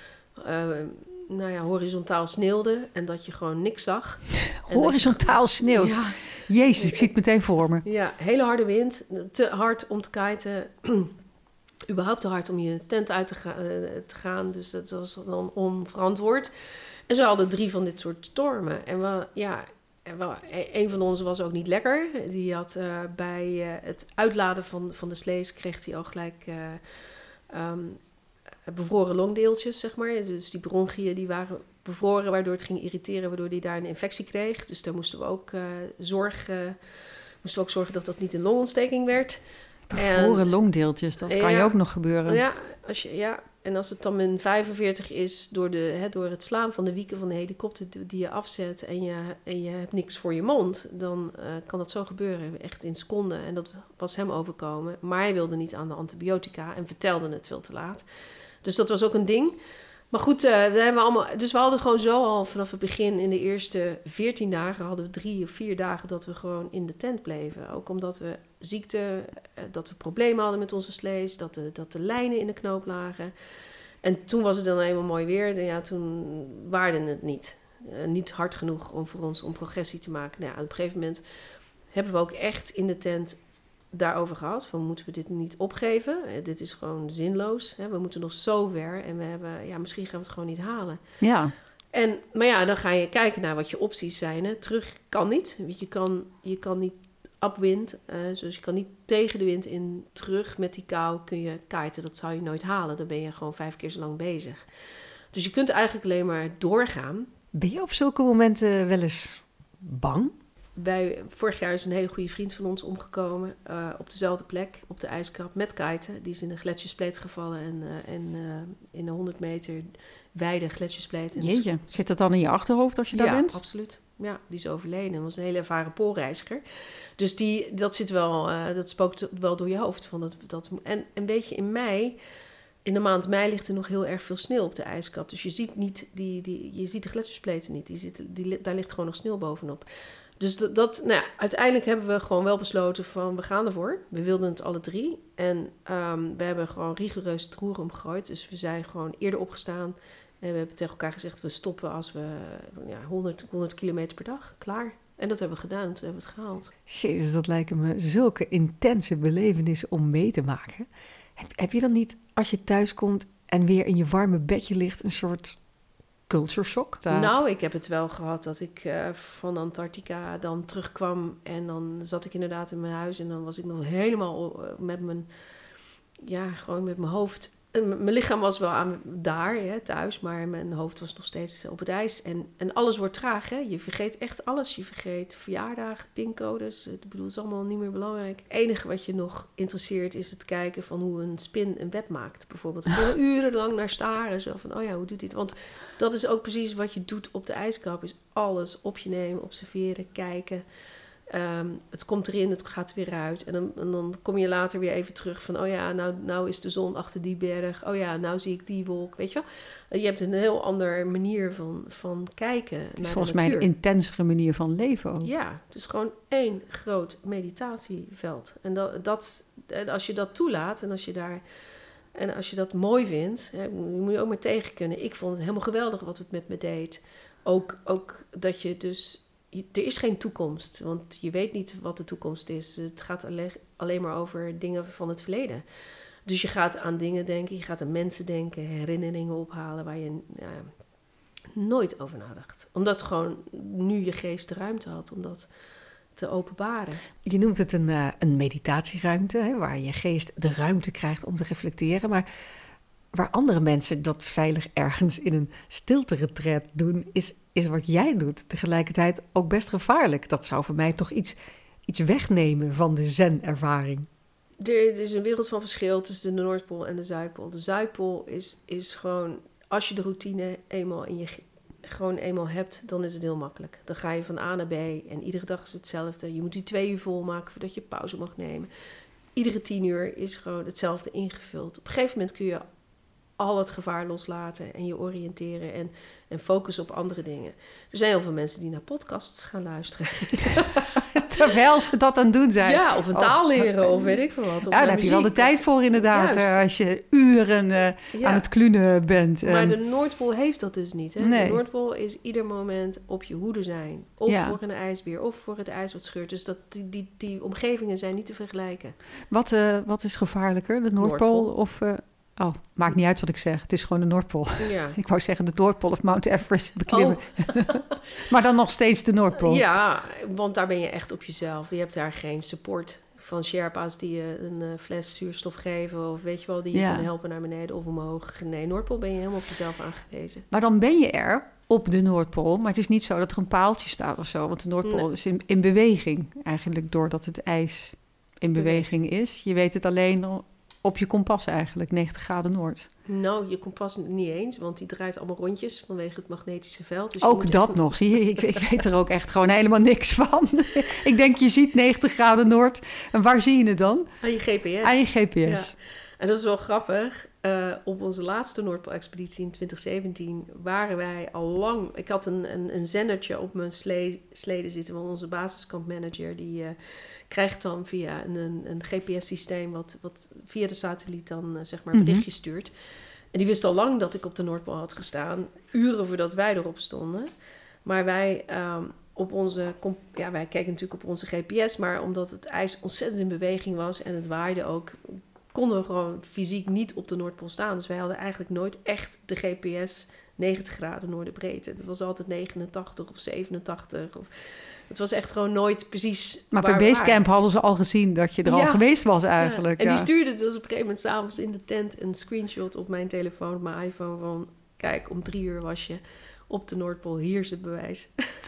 uh, nou ja, horizontaal sneeuwde en dat je gewoon niks zag. Horizontaal sneeuwt. Ja. Jezus, ik zie het meteen voor me. Ja, hele harde wind. Te hard om te kiten. Überhaupt te hard om je tent uit te, ga- te gaan. Dus dat was dan onverantwoord. En ze hadden drie van dit soort stormen. En we, ja, en we, een van ons was ook niet lekker. Die had uh, bij uh, het uitladen van, van de slees kreeg hij al gelijk... Uh, um, bevroren longdeeltjes, zeg maar. Dus die bronchiën die waren bevroren, waardoor het ging irriteren, waardoor hij daar een infectie kreeg. Dus daar moesten we ook, uh, zorg, uh, moesten we ook zorgen dat dat niet een longontsteking werd. Bevroren en, longdeeltjes, dat ja, kan je ook nog gebeuren. Ja, als je, ja, en als het dan min vijfenveertig is door, de, hè, door het slaan van de wieken van de helikopter die je afzet en je, en je hebt niks voor je mond, dan uh, kan dat zo gebeuren, echt in seconden. En dat was hem overkomen. Maar hij wilde niet aan de antibiotica en vertelde het veel te laat. Dus dat was ook een ding. Maar goed, uh, we hebben allemaal, dus we hadden gewoon zo al vanaf het begin... in de eerste veertien dagen hadden we drie of vier dagen... dat we gewoon in de tent bleven. Ook omdat we ziekte, uh, dat we problemen hadden met onze slees... Dat de, dat de lijnen in de knoop lagen. En toen was het dan eenmaal mooi weer. En ja, toen waarde het niet. Uh, niet hard genoeg om voor ons om progressie te maken. Nou ja, op een gegeven moment hebben we ook echt in de tent... daarover gehad, van moeten we dit niet opgeven? Uh, dit is gewoon zinloos. Hè? We moeten nog zo ver en we hebben, ja, misschien gaan we het gewoon niet halen. Ja. En, maar ja, dan ga je kijken naar wat je opties zijn. Hè? Terug kan niet. Je kan, je kan niet upwind, uh, dus je kan niet tegen de wind in terug met die kou kun je kiten. Dat zou je nooit halen. Dan ben je gewoon vijf keer zo lang bezig. Dus je kunt eigenlijk alleen maar doorgaan. Ben je op zulke momenten wel eens bang? Bij, vorig jaar is een hele goede vriend van ons omgekomen. Uh, op dezelfde plek, op de ijskap, met kiten. Die is in een gletsjerspleet gevallen. En, uh, en uh, in een honderd meter wijde gletsjerspleet. Jeetje, zit dat dan in je achterhoofd als je daar ja, bent? Ja, absoluut. Ja, die is overleden. Dat was een hele ervaren poolreiziger. Dus die, dat zit wel, uh, dat spookt wel door je hoofd. Van dat, dat, en een beetje in mei... In de maand mei ligt er nog heel erg veel sneeuw op de ijskap. Dus je ziet, niet die, die, je ziet de gletsjerspleten niet. Die zit, die, daar ligt gewoon nog sneeuw bovenop. Dus dat, dat nou ja, uiteindelijk hebben we gewoon wel besloten van we gaan ervoor. We wilden het alle drie. En um, we hebben gewoon rigoureus het roer omgegooid. Dus we zijn gewoon eerder opgestaan. En we hebben tegen elkaar gezegd we stoppen als we ja, honderd, honderd kilometer per dag. Klaar. En dat hebben we gedaan en toen hebben we het gehaald. Jezus, dat lijken me zulke intense belevenissen om mee te maken. Heb, heb je dan niet, als je thuis komt en weer in je warme bedje ligt, een soort culture shock? Nou, ik heb het wel gehad dat ik uh, van Antarctica dan terugkwam en dan zat ik inderdaad in mijn huis en dan was ik nog helemaal uh, met mijn, ja, gewoon met mijn hoofd En m- mijn lichaam was wel aan, daar, hè, thuis, maar mijn hoofd was nog steeds op het ijs. En, en alles wordt traag, hè. Je vergeet echt alles. Je vergeet verjaardagen, pincodes. Ik bedoel, het is allemaal niet meer belangrijk. Het enige wat je nog interesseert is het kijken van hoe een spin een web maakt. Bijvoorbeeld. Ik wil er urenlang naar staren. Zo van, oh ja, hoe doet dit? Want dat is ook precies wat je doet op de ijskap. Is alles op je nemen, observeren, kijken. Um, het komt erin, het gaat weer uit. En dan, en dan kom je later weer even terug van... oh ja, nou, nou is de zon achter die berg. Oh ja, nou zie ik die wolk, weet je wel. Je hebt een heel andere manier van, van kijken naar de natuur. Het is volgens mij een intensere manier van leven ook. Ja, het is gewoon één groot meditatieveld. En dat, dat, als je dat toelaat en als je daar... En als je dat mooi vindt, hè, moet je ook maar tegen kunnen. Ik vond het helemaal geweldig wat het met me deed. Ook, ook dat je dus... Er is geen toekomst, want je weet niet wat de toekomst is. Het gaat alleen, alleen maar over dingen van het verleden. Dus je gaat aan dingen denken, je gaat aan mensen denken, herinneringen ophalen waar je ja, nooit over nadacht. Omdat gewoon nu je geest de ruimte had om dat te openbaren. Je noemt het een, uh, een meditatieruimte, hè, waar je geest de ruimte krijgt om te reflecteren. Maar waar andere mensen dat veilig ergens in een stilte-retreat doen, is, is wat jij doet tegelijkertijd ook best gevaarlijk. Dat zou voor mij toch iets, iets wegnemen van de zen-ervaring. Er, er is een wereld van verschil tussen de Noordpool en de Zuidpool. De Zuidpool is, is gewoon, als je de routine eenmaal in je gewoon eenmaal hebt, dan is het heel makkelijk. Dan ga je van A naar B en iedere dag is hetzelfde. Je moet die twee uur volmaken voordat je pauze mag nemen. Iedere tien uur is gewoon hetzelfde ingevuld. Op een gegeven moment kun je al het gevaar loslaten en je oriënteren en, en focussen op andere dingen. Er zijn heel veel mensen die naar podcasts gaan luisteren. Terwijl ze dat aan het doen zijn. Ja, of een taal leren of weet ik veel wat. Ja, daar heb je wel de tijd voor inderdaad. Uh, als je uren uh, ja. aan het klunen bent. Maar um, de Noordpool heeft dat dus niet. Hè? Nee. De Noordpool is ieder moment op je hoede zijn. Of ja. voor een ijsbeer, of voor het ijs wat scheurt. Dus dat, die, die, die omgevingen zijn niet te vergelijken. Wat, uh, wat is gevaarlijker, de Noordpool, Noordpool. of... Uh, Oh, maakt niet uit wat ik zeg. Het is gewoon de Noordpool. Ja. Ik wou zeggen de Noordpool of Mount Everest beklimmen. Oh. Maar dan nog steeds de Noordpool. Ja, want daar ben je echt op jezelf. Je hebt daar geen support van Sherpa's die je een uh, fles zuurstof geven. Of weet je wel, die je ja. kunnen helpen naar beneden of omhoog. Nee, Noordpool ben je helemaal op jezelf aangewezen. Maar dan ben je er op de Noordpool. Maar het is niet zo dat er een paaltje staat of zo. Want de Noordpool nee. is in, in beweging. Eigenlijk doordat het ijs in beweging is. Je weet het alleen... op je kompas eigenlijk, negentig graden noord. Nou, je kompas niet eens, want die draait allemaal rondjes vanwege het magnetische veld. Dus ook dat nog, zie je? Ik, ik weet er ook echt gewoon helemaal niks van. Ik denk, je ziet negentig graden noord. En waar zie je het dan? Aan je G P S. Aan je G P S. Ja. En dat is wel grappig. Uh, op onze laatste Noordpool-expeditie in twintig zeventien waren wij al lang... Ik had een, een, een zendertje op mijn slee, sleden zitten, want onze basiskampmanager die... Uh, krijgt dan via een, een, een G P S-systeem... Wat, wat via de satelliet dan uh, zeg maar berichtjes mm-hmm. stuurt. En die wist al lang dat ik op de Noordpool had gestaan. Uren voordat wij erop stonden. Maar wij um, op onze... Ja, wij keken natuurlijk op onze G P S... maar omdat het ijs ontzettend in beweging was... en het waaide ook... konden we gewoon fysiek niet op de Noordpool staan. Dus wij hadden eigenlijk nooit echt de G P S... negentig graden noordenbreedte. Dat was altijd negenentachtig of zevenentachtig. Of, het was echt gewoon nooit precies. Maar bij Basecamp hadden ze al gezien dat je er ja. al geweest was eigenlijk. Ja. En ja. die stuurde dus op een gegeven moment 's avonds in de tent een screenshot op mijn telefoon, op mijn iPhone van... Kijk, om drie uur was je op de Noordpool. Hier is het bewijs.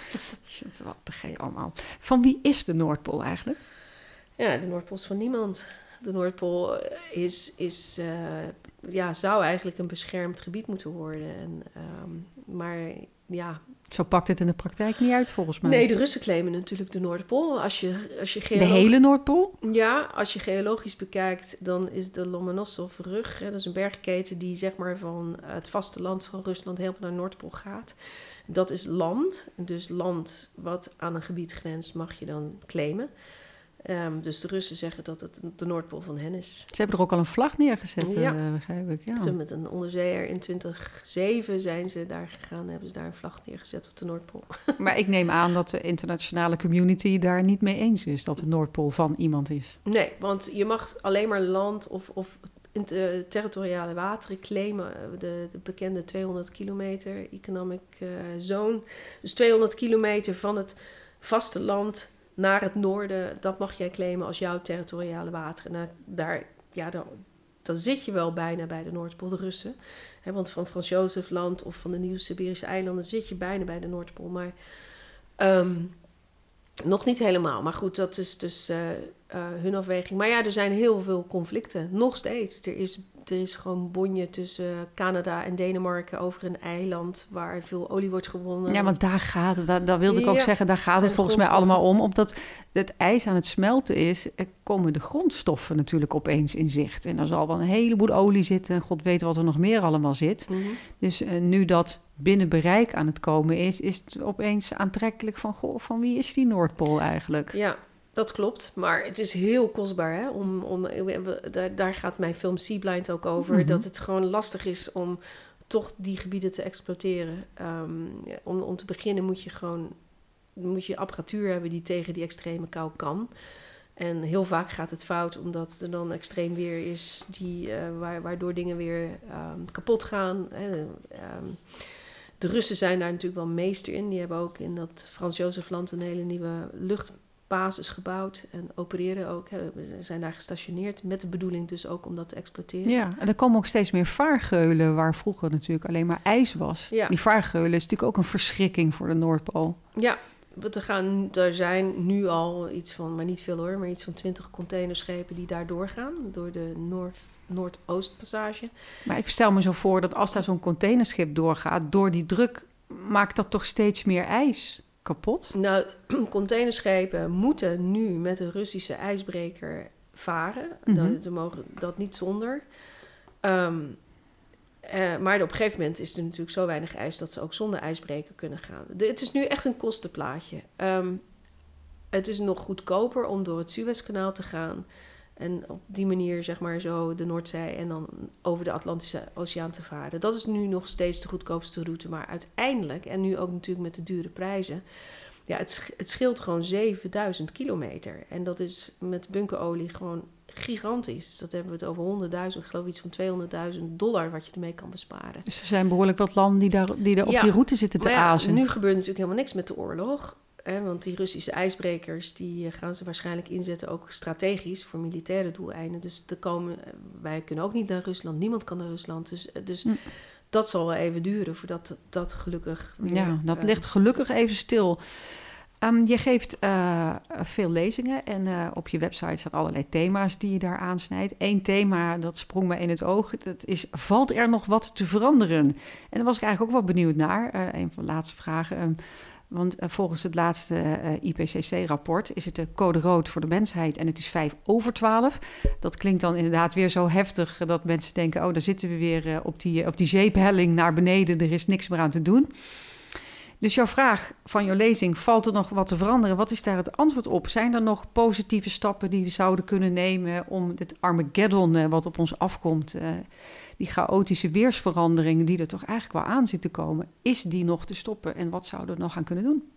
Wat te gek allemaal. Van wie is de Noordpool eigenlijk? Ja, de Noordpool is van niemand. De Noordpool is, is uh, ja, zou eigenlijk een beschermd gebied moeten worden. En, um, maar ja... Zo pakt het in de praktijk niet uit volgens mij. Nee, de Russen claimen natuurlijk de Noordpool. Als je, als je geologisch... De hele Noordpool? Ja, als je geologisch bekijkt, dan is de Lomonosov-rug... Hè, dat is een bergketen die zeg maar van het vasteland van Rusland helemaal naar de Noordpool gaat. Dat is land. Dus land wat aan een gebied grenst mag je dan claimen. Um, dus de Russen zeggen dat het de Noordpool van hen is. Ze hebben er ook al een vlag neergezet, ja. uh, begrijp ik. Ja. Ze met een onderzeeër in twintig oh zeven zijn ze daar gegaan... hebben ze daar een vlag neergezet op de Noordpool. Maar ik neem aan dat de internationale community daar niet mee eens is... dat de Noordpool van iemand is. Nee, want je mag alleen maar land of, of in territoriale wateren claimen. De, de bekende tweehonderd kilometer economic uh, zone. Dus tweehonderd kilometer van het vasteland... naar het noorden, dat mag jij claimen als jouw territoriale wateren. Nou, daar, ja, daar dan zit je wel bijna bij de Noordpool, de Russen. He, want van Frans Jozef Land of van de Nieuw-Siberische eilanden zit je bijna bij de Noordpool. Maar um, nog niet helemaal. Maar goed, dat is dus uh, uh, hun afweging. Maar ja, er zijn heel veel conflicten. Nog steeds. Er is, er is gewoon bonje tussen Canada en Denemarken over een eiland waar veel olie wordt gewonnen. Ja, want daar gaat het. Daar, daar wilde ik ook ja, zeggen, daar gaat het volgens mij allemaal om. Omdat het ijs aan het smelten is, er komen de grondstoffen natuurlijk opeens in zicht. En er zal wel een heleboel olie zitten. God weet wat er nog meer allemaal zit. Mm-hmm. Dus uh, nu dat binnen bereik aan het komen is, is het opeens aantrekkelijk van, goh, van wie is die Noordpool eigenlijk? Ja, dat klopt. Maar het is heel kostbaar, hè? Om, om, daar, daar gaat mijn film Sea Blind ook over. Mm-hmm. Dat het gewoon lastig is om toch die gebieden te exploiteren. Um, om, om te beginnen moet je gewoon moet je apparatuur hebben die tegen die extreme kou kan. En heel vaak gaat het fout omdat er dan extreem weer is die, uh, wa- waardoor dingen weer um, kapot gaan. Hè. Um, de Russen zijn daar natuurlijk wel meester in. Die hebben ook in dat Frans Jozef Land een hele nieuwe luchtbasis gebouwd en opereren ook. Hè. We zijn daar gestationeerd met de bedoeling dus ook om dat te exploiteren. Ja, en er komen ook steeds meer vaargeulen waar vroeger natuurlijk alleen maar ijs was. Ja. Die vaargeulen is natuurlijk ook een verschrikking voor de Noordpool. Ja. Er, gaan, er zijn nu al iets van, maar niet veel hoor, maar iets van twintig containerschepen die daar doorgaan, door de Noord, Noordoostpassage. Maar ik stel me zo voor dat als daar zo'n containerschip doorgaat, door die druk maakt dat toch steeds meer ijs kapot? Nou, containerschepen moeten nu met een Russische ijsbreker varen. Mm-hmm. Dat, ze mogen dat niet zonder. Um, Uh, maar op een gegeven moment is er natuurlijk zo weinig ijs dat ze ook zonder ijsbreker kunnen gaan. De, het is nu echt een kostenplaatje. Um, het is nog goedkoper om door het Suezkanaal te gaan en op die manier zeg maar zo de Noordzee en dan over de Atlantische Oceaan te varen. Dat is nu nog steeds de goedkoopste route, maar uiteindelijk, en nu ook natuurlijk met de dure prijzen, ja, het, het scheelt gewoon zevenduizend kilometer. En dat is met bunkerolie gewoon gigantisch. Dat hebben we het over honderdduizend, ik geloof iets van tweehonderdduizend dollar wat je ermee kan besparen. Dus er zijn behoorlijk wat landen die daar, die daar op ja, die route zitten te ja, azen. Nu gebeurt natuurlijk helemaal niks met de oorlog. Hè, want die Russische ijsbrekers, die gaan ze waarschijnlijk inzetten ook strategisch voor militaire doeleinden. Dus er komen, wij kunnen ook niet naar Rusland, niemand kan naar Rusland. Dus, dus hm. dat zal wel even duren voordat dat gelukkig weer, Ja, dat uh, ligt gelukkig even stil. Um, je geeft uh, veel lezingen en uh, op je website staan allerlei thema's die je daar aansnijdt. Eén thema, dat sprong me in het oog, dat is, valt er nog wat te veranderen? En daar was ik eigenlijk ook wel benieuwd naar, uh, een van de laatste vragen. Um, want uh, volgens het laatste uh, I P C C-rapport is het de code rood voor de mensheid en het is vijf over twaalf. Dat klinkt dan inderdaad weer zo heftig dat mensen denken, oh, daar zitten we weer uh, op die, op die zeephelling naar beneden, er is niks meer aan te doen. Dus jouw vraag van jouw lezing, valt er nog wat te veranderen? Wat is daar het antwoord op? Zijn er nog positieve stappen die we zouden kunnen nemen om dit Armageddon uh, wat op ons afkomt, uh, die chaotische weersverandering die er toch eigenlijk wel aan zit te komen, is die nog te stoppen? En wat zouden we nog aan kunnen doen?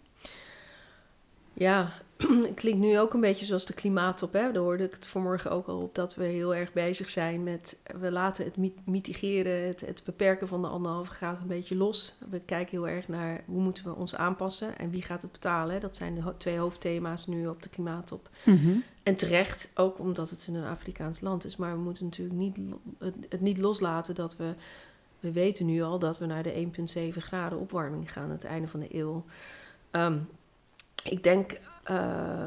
Ja, het klinkt nu ook een beetje zoals de klimaattop. Hè? Daar hoorde ik het vanmorgen ook al op, dat we heel erg bezig zijn met, we laten het mitigeren, het, het beperken van de anderhalve graad een beetje los. We kijken heel erg naar hoe moeten we ons aanpassen en wie gaat het betalen. Hè? Dat zijn de ho- twee hoofdthema's nu op de klimaattop. Mm-hmm. En terecht, ook omdat het in een Afrikaans land is, maar we moeten natuurlijk niet, het, het niet loslaten dat we, we weten nu al dat we naar de één komma zeven graden opwarming gaan aan het einde van de eeuw. Um, Ik denk uh,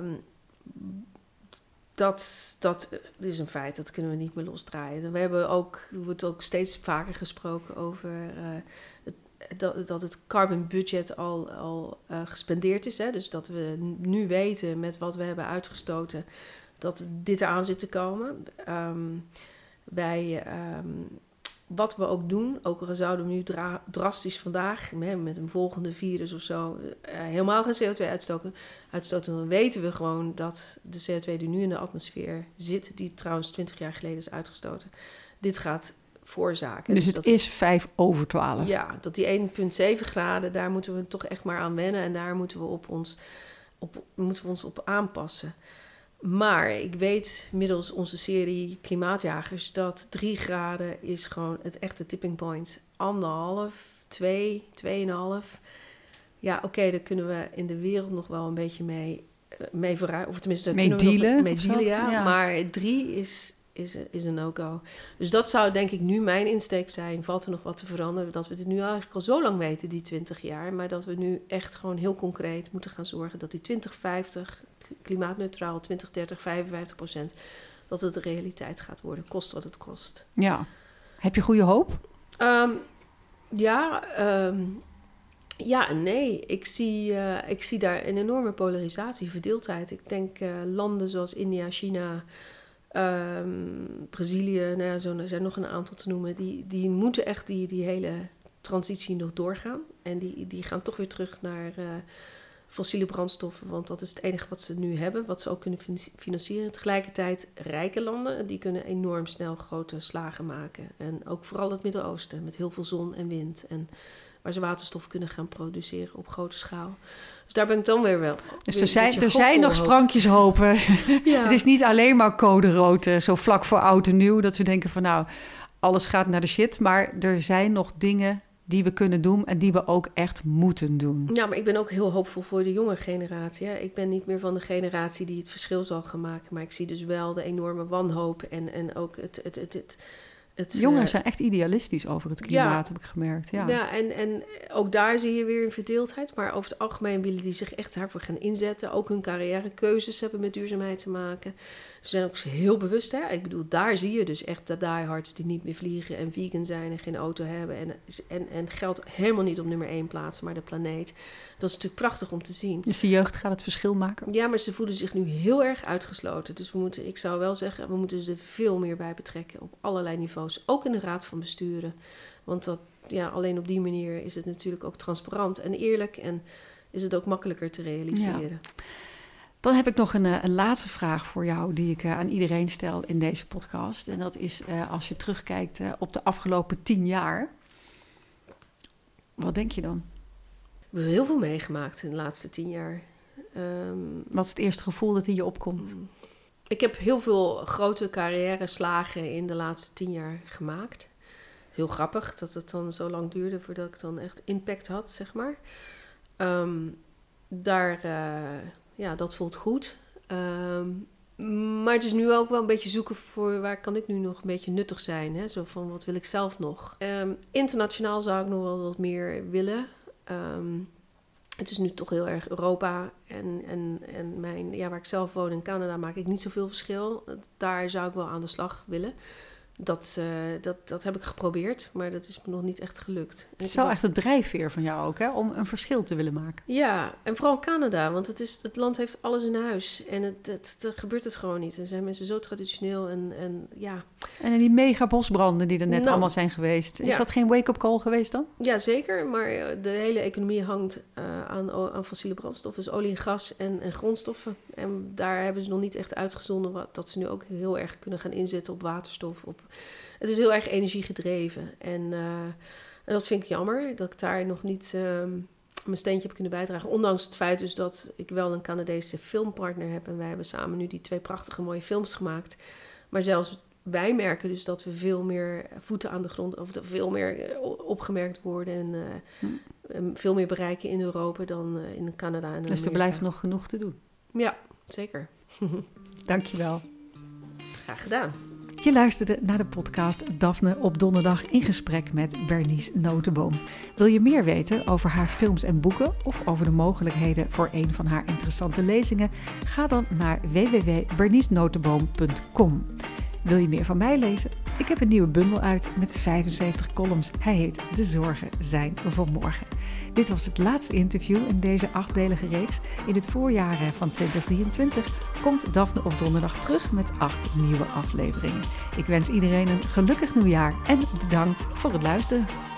dat dat is een feit, dat kunnen we niet meer losdraaien. We hebben ook, er wordt ook steeds vaker gesproken over uh, het, dat, dat het carbon budget al, al uh, gespendeerd is. Hè? Dus dat we nu weten met wat we hebben uitgestoten dat dit eraan zit te komen. Um, wij... Um, Wat we ook doen, ook al zouden we nu dra- drastisch vandaag, met een volgende virus of zo, uh, helemaal geen C O twee uitstoten, uitstoten, dan weten we gewoon dat de C O twee die nu in de atmosfeer zit, die trouwens twintig jaar geleden is uitgestoten, dit gaat veroorzaken. Dus, dus het dat, is vijf over twaalf. Ja, dat die één komma zeven graden, daar moeten we toch echt maar aan wennen en daar moeten we, op ons, op, moeten we ons op aanpassen. Maar ik weet middels onze serie Klimaatjagers dat drie graden is gewoon het echte tipping point. Anderhalf, twee, tweeënhalf. Ja, oké, okay, daar kunnen we in de wereld nog wel een beetje mee, mee vooruit. Of tenminste, daar mee kunnen we dealen. nog mee dealen, ja. ja. Maar drie is, is, is een no-go. Dus dat zou denk ik nu mijn insteek zijn. Valt er nog wat te veranderen? Dat we dit nu eigenlijk al zo lang weten, die twintig jaar. Maar dat we nu echt gewoon heel concreet moeten gaan zorgen dat die twintig vijftig, klimaatneutraal, twintig dertig, vijfenvijftig procent... dat het de realiteit gaat worden, kost wat het kost. Ja. Heb je goede hoop? Um, ja, um, ja en nee. Ik zie, uh, ik zie daar een enorme polarisatie, verdeeldheid. Ik denk uh, landen zoals India, China, um, Brazilië, nou ja, zo, er zijn nog een aantal te noemen, die, die moeten echt die, die hele transitie nog doorgaan. En die, die gaan toch weer terug naar uh, fossiele brandstoffen, want dat is het enige wat ze nu hebben, wat ze ook kunnen financieren. Tegelijkertijd rijke landen, die kunnen enorm snel grote slagen maken. En ook vooral het Midden-Oosten, met heel veel zon en wind. En waar ze waterstof kunnen gaan produceren op grote schaal. Dus daar ben ik dan weer wel. Dus weer er zijn, er zijn nog sprankjes hopen. Ja. Het is niet alleen maar code rood, zo vlak voor oud en nieuw, dat we denken van nou, alles gaat naar de shit. Maar er zijn nog dingen die we kunnen doen en die we ook echt moeten doen. Ja, maar ik ben ook heel hoopvol voor de jonge generatie. Hè. Ik ben niet meer van de generatie die het verschil zal gaan maken. Maar ik zie dus wel de enorme wanhoop en, en ook het... het, het, het Het, Jongeren zijn echt idealistisch over het klimaat, ja, heb ik gemerkt. Ja, ja en, en ook daar zie je weer een verdeeldheid. Maar over het algemeen willen die zich echt daarvoor gaan inzetten. Ook hun carrièrekeuzes hebben met duurzaamheid te maken. Ze zijn ook heel bewust. Hè? Ik bedoel, daar zie je dus echt de diehards die niet meer vliegen en vegan zijn en geen auto hebben. En, en, en geld helemaal niet op nummer één plaatsen, maar de planeet. Dat is natuurlijk prachtig om te zien. Dus de jeugd gaat het verschil maken? Ja, maar ze voelen zich nu heel erg uitgesloten. Dus we moeten, ik zou wel zeggen, we moeten ze er veel meer bij betrekken op allerlei niveaus. Ook in de raad van besturen. Want dat, ja, alleen op die manier is het natuurlijk ook transparant en eerlijk. En is het ook makkelijker te realiseren. Ja. Dan heb ik nog een, een laatste vraag voor jou die ik uh, aan iedereen stel in deze podcast. En dat is uh, als je terugkijkt uh, op de afgelopen tien jaar. Wat denk je dan? We hebben heel veel meegemaakt in de laatste tien jaar. Um, Wat is het eerste gevoel dat in je opkomt? Ik heb heel veel grote carrière-slagen in de laatste tien jaar gemaakt. Heel grappig dat het dan zo lang duurde voordat ik dan echt impact had, zeg maar. Um, daar, uh, ja, dat voelt goed. Um, maar het is nu ook wel een beetje zoeken voor waar kan ik nu nog een beetje nuttig zijn. Hè? Zo van, wat wil ik zelf nog? Um, internationaal zou ik nog wel wat meer willen. Um, het is nu toch heel erg Europa en, en, en mijn, ja, waar ik zelf woon in Canada maak ik niet zoveel verschil. Daar zou ik wel aan de slag willen. Dat, uh, dat, dat heb ik geprobeerd, maar dat is me nog niet echt gelukt. Het is wel echt het drijfveer van jou ook, hè? Om een verschil te willen maken. Ja, en vooral Canada, want het, is, het land heeft alles in huis. En het, het, het gebeurt het gewoon niet. Er zijn mensen zo traditioneel en, en ja... En die mega bosbranden die er net nou, allemaal zijn geweest. Is ja. dat geen wake-up call geweest dan? Ja, zeker. Maar de hele economie hangt uh, aan, aan fossiele brandstoffen. Dus olie en gas en, en grondstoffen. En daar hebben ze nog niet echt uitgezonden... Wat, dat ze nu ook heel erg kunnen gaan inzetten op waterstof. Op, het is heel erg energiegedreven. En, uh, en dat vind ik jammer. Dat ik daar nog niet uh, mijn steentje heb kunnen bijdragen. Ondanks het feit dus dat ik wel een Canadese filmpartner heb. En wij hebben samen nu die twee prachtige mooie films gemaakt. Maar zelfs... Wij merken dus dat we veel meer voeten aan de grond... of veel meer opgemerkt worden... en uh, hm. veel meer bereiken in Europa dan uh, in Canada en Amerika. Dus er blijft nog genoeg te doen. Ja, zeker. Dank je wel. Graag gedaan. Je luisterde naar de podcast Daphne op donderdag in gesprek met Bernice Notenboom. Wil je meer weten over haar films en boeken of over de mogelijkheden voor een van haar interessante lezingen? Ga dan naar w w w punt bernice notenboom punt com. Wil je meer van mij lezen? Ik heb een nieuwe bundel uit met vijfenzeventig columns. Hij heet De Zorgen zijn voor morgen. Dit was het laatste interview in deze achtdelige reeks. In het voorjaar van twintig drieëntwintig komt Daphne op donderdag terug met acht nieuwe afleveringen. Ik wens iedereen een gelukkig nieuwjaar en bedankt voor het luisteren.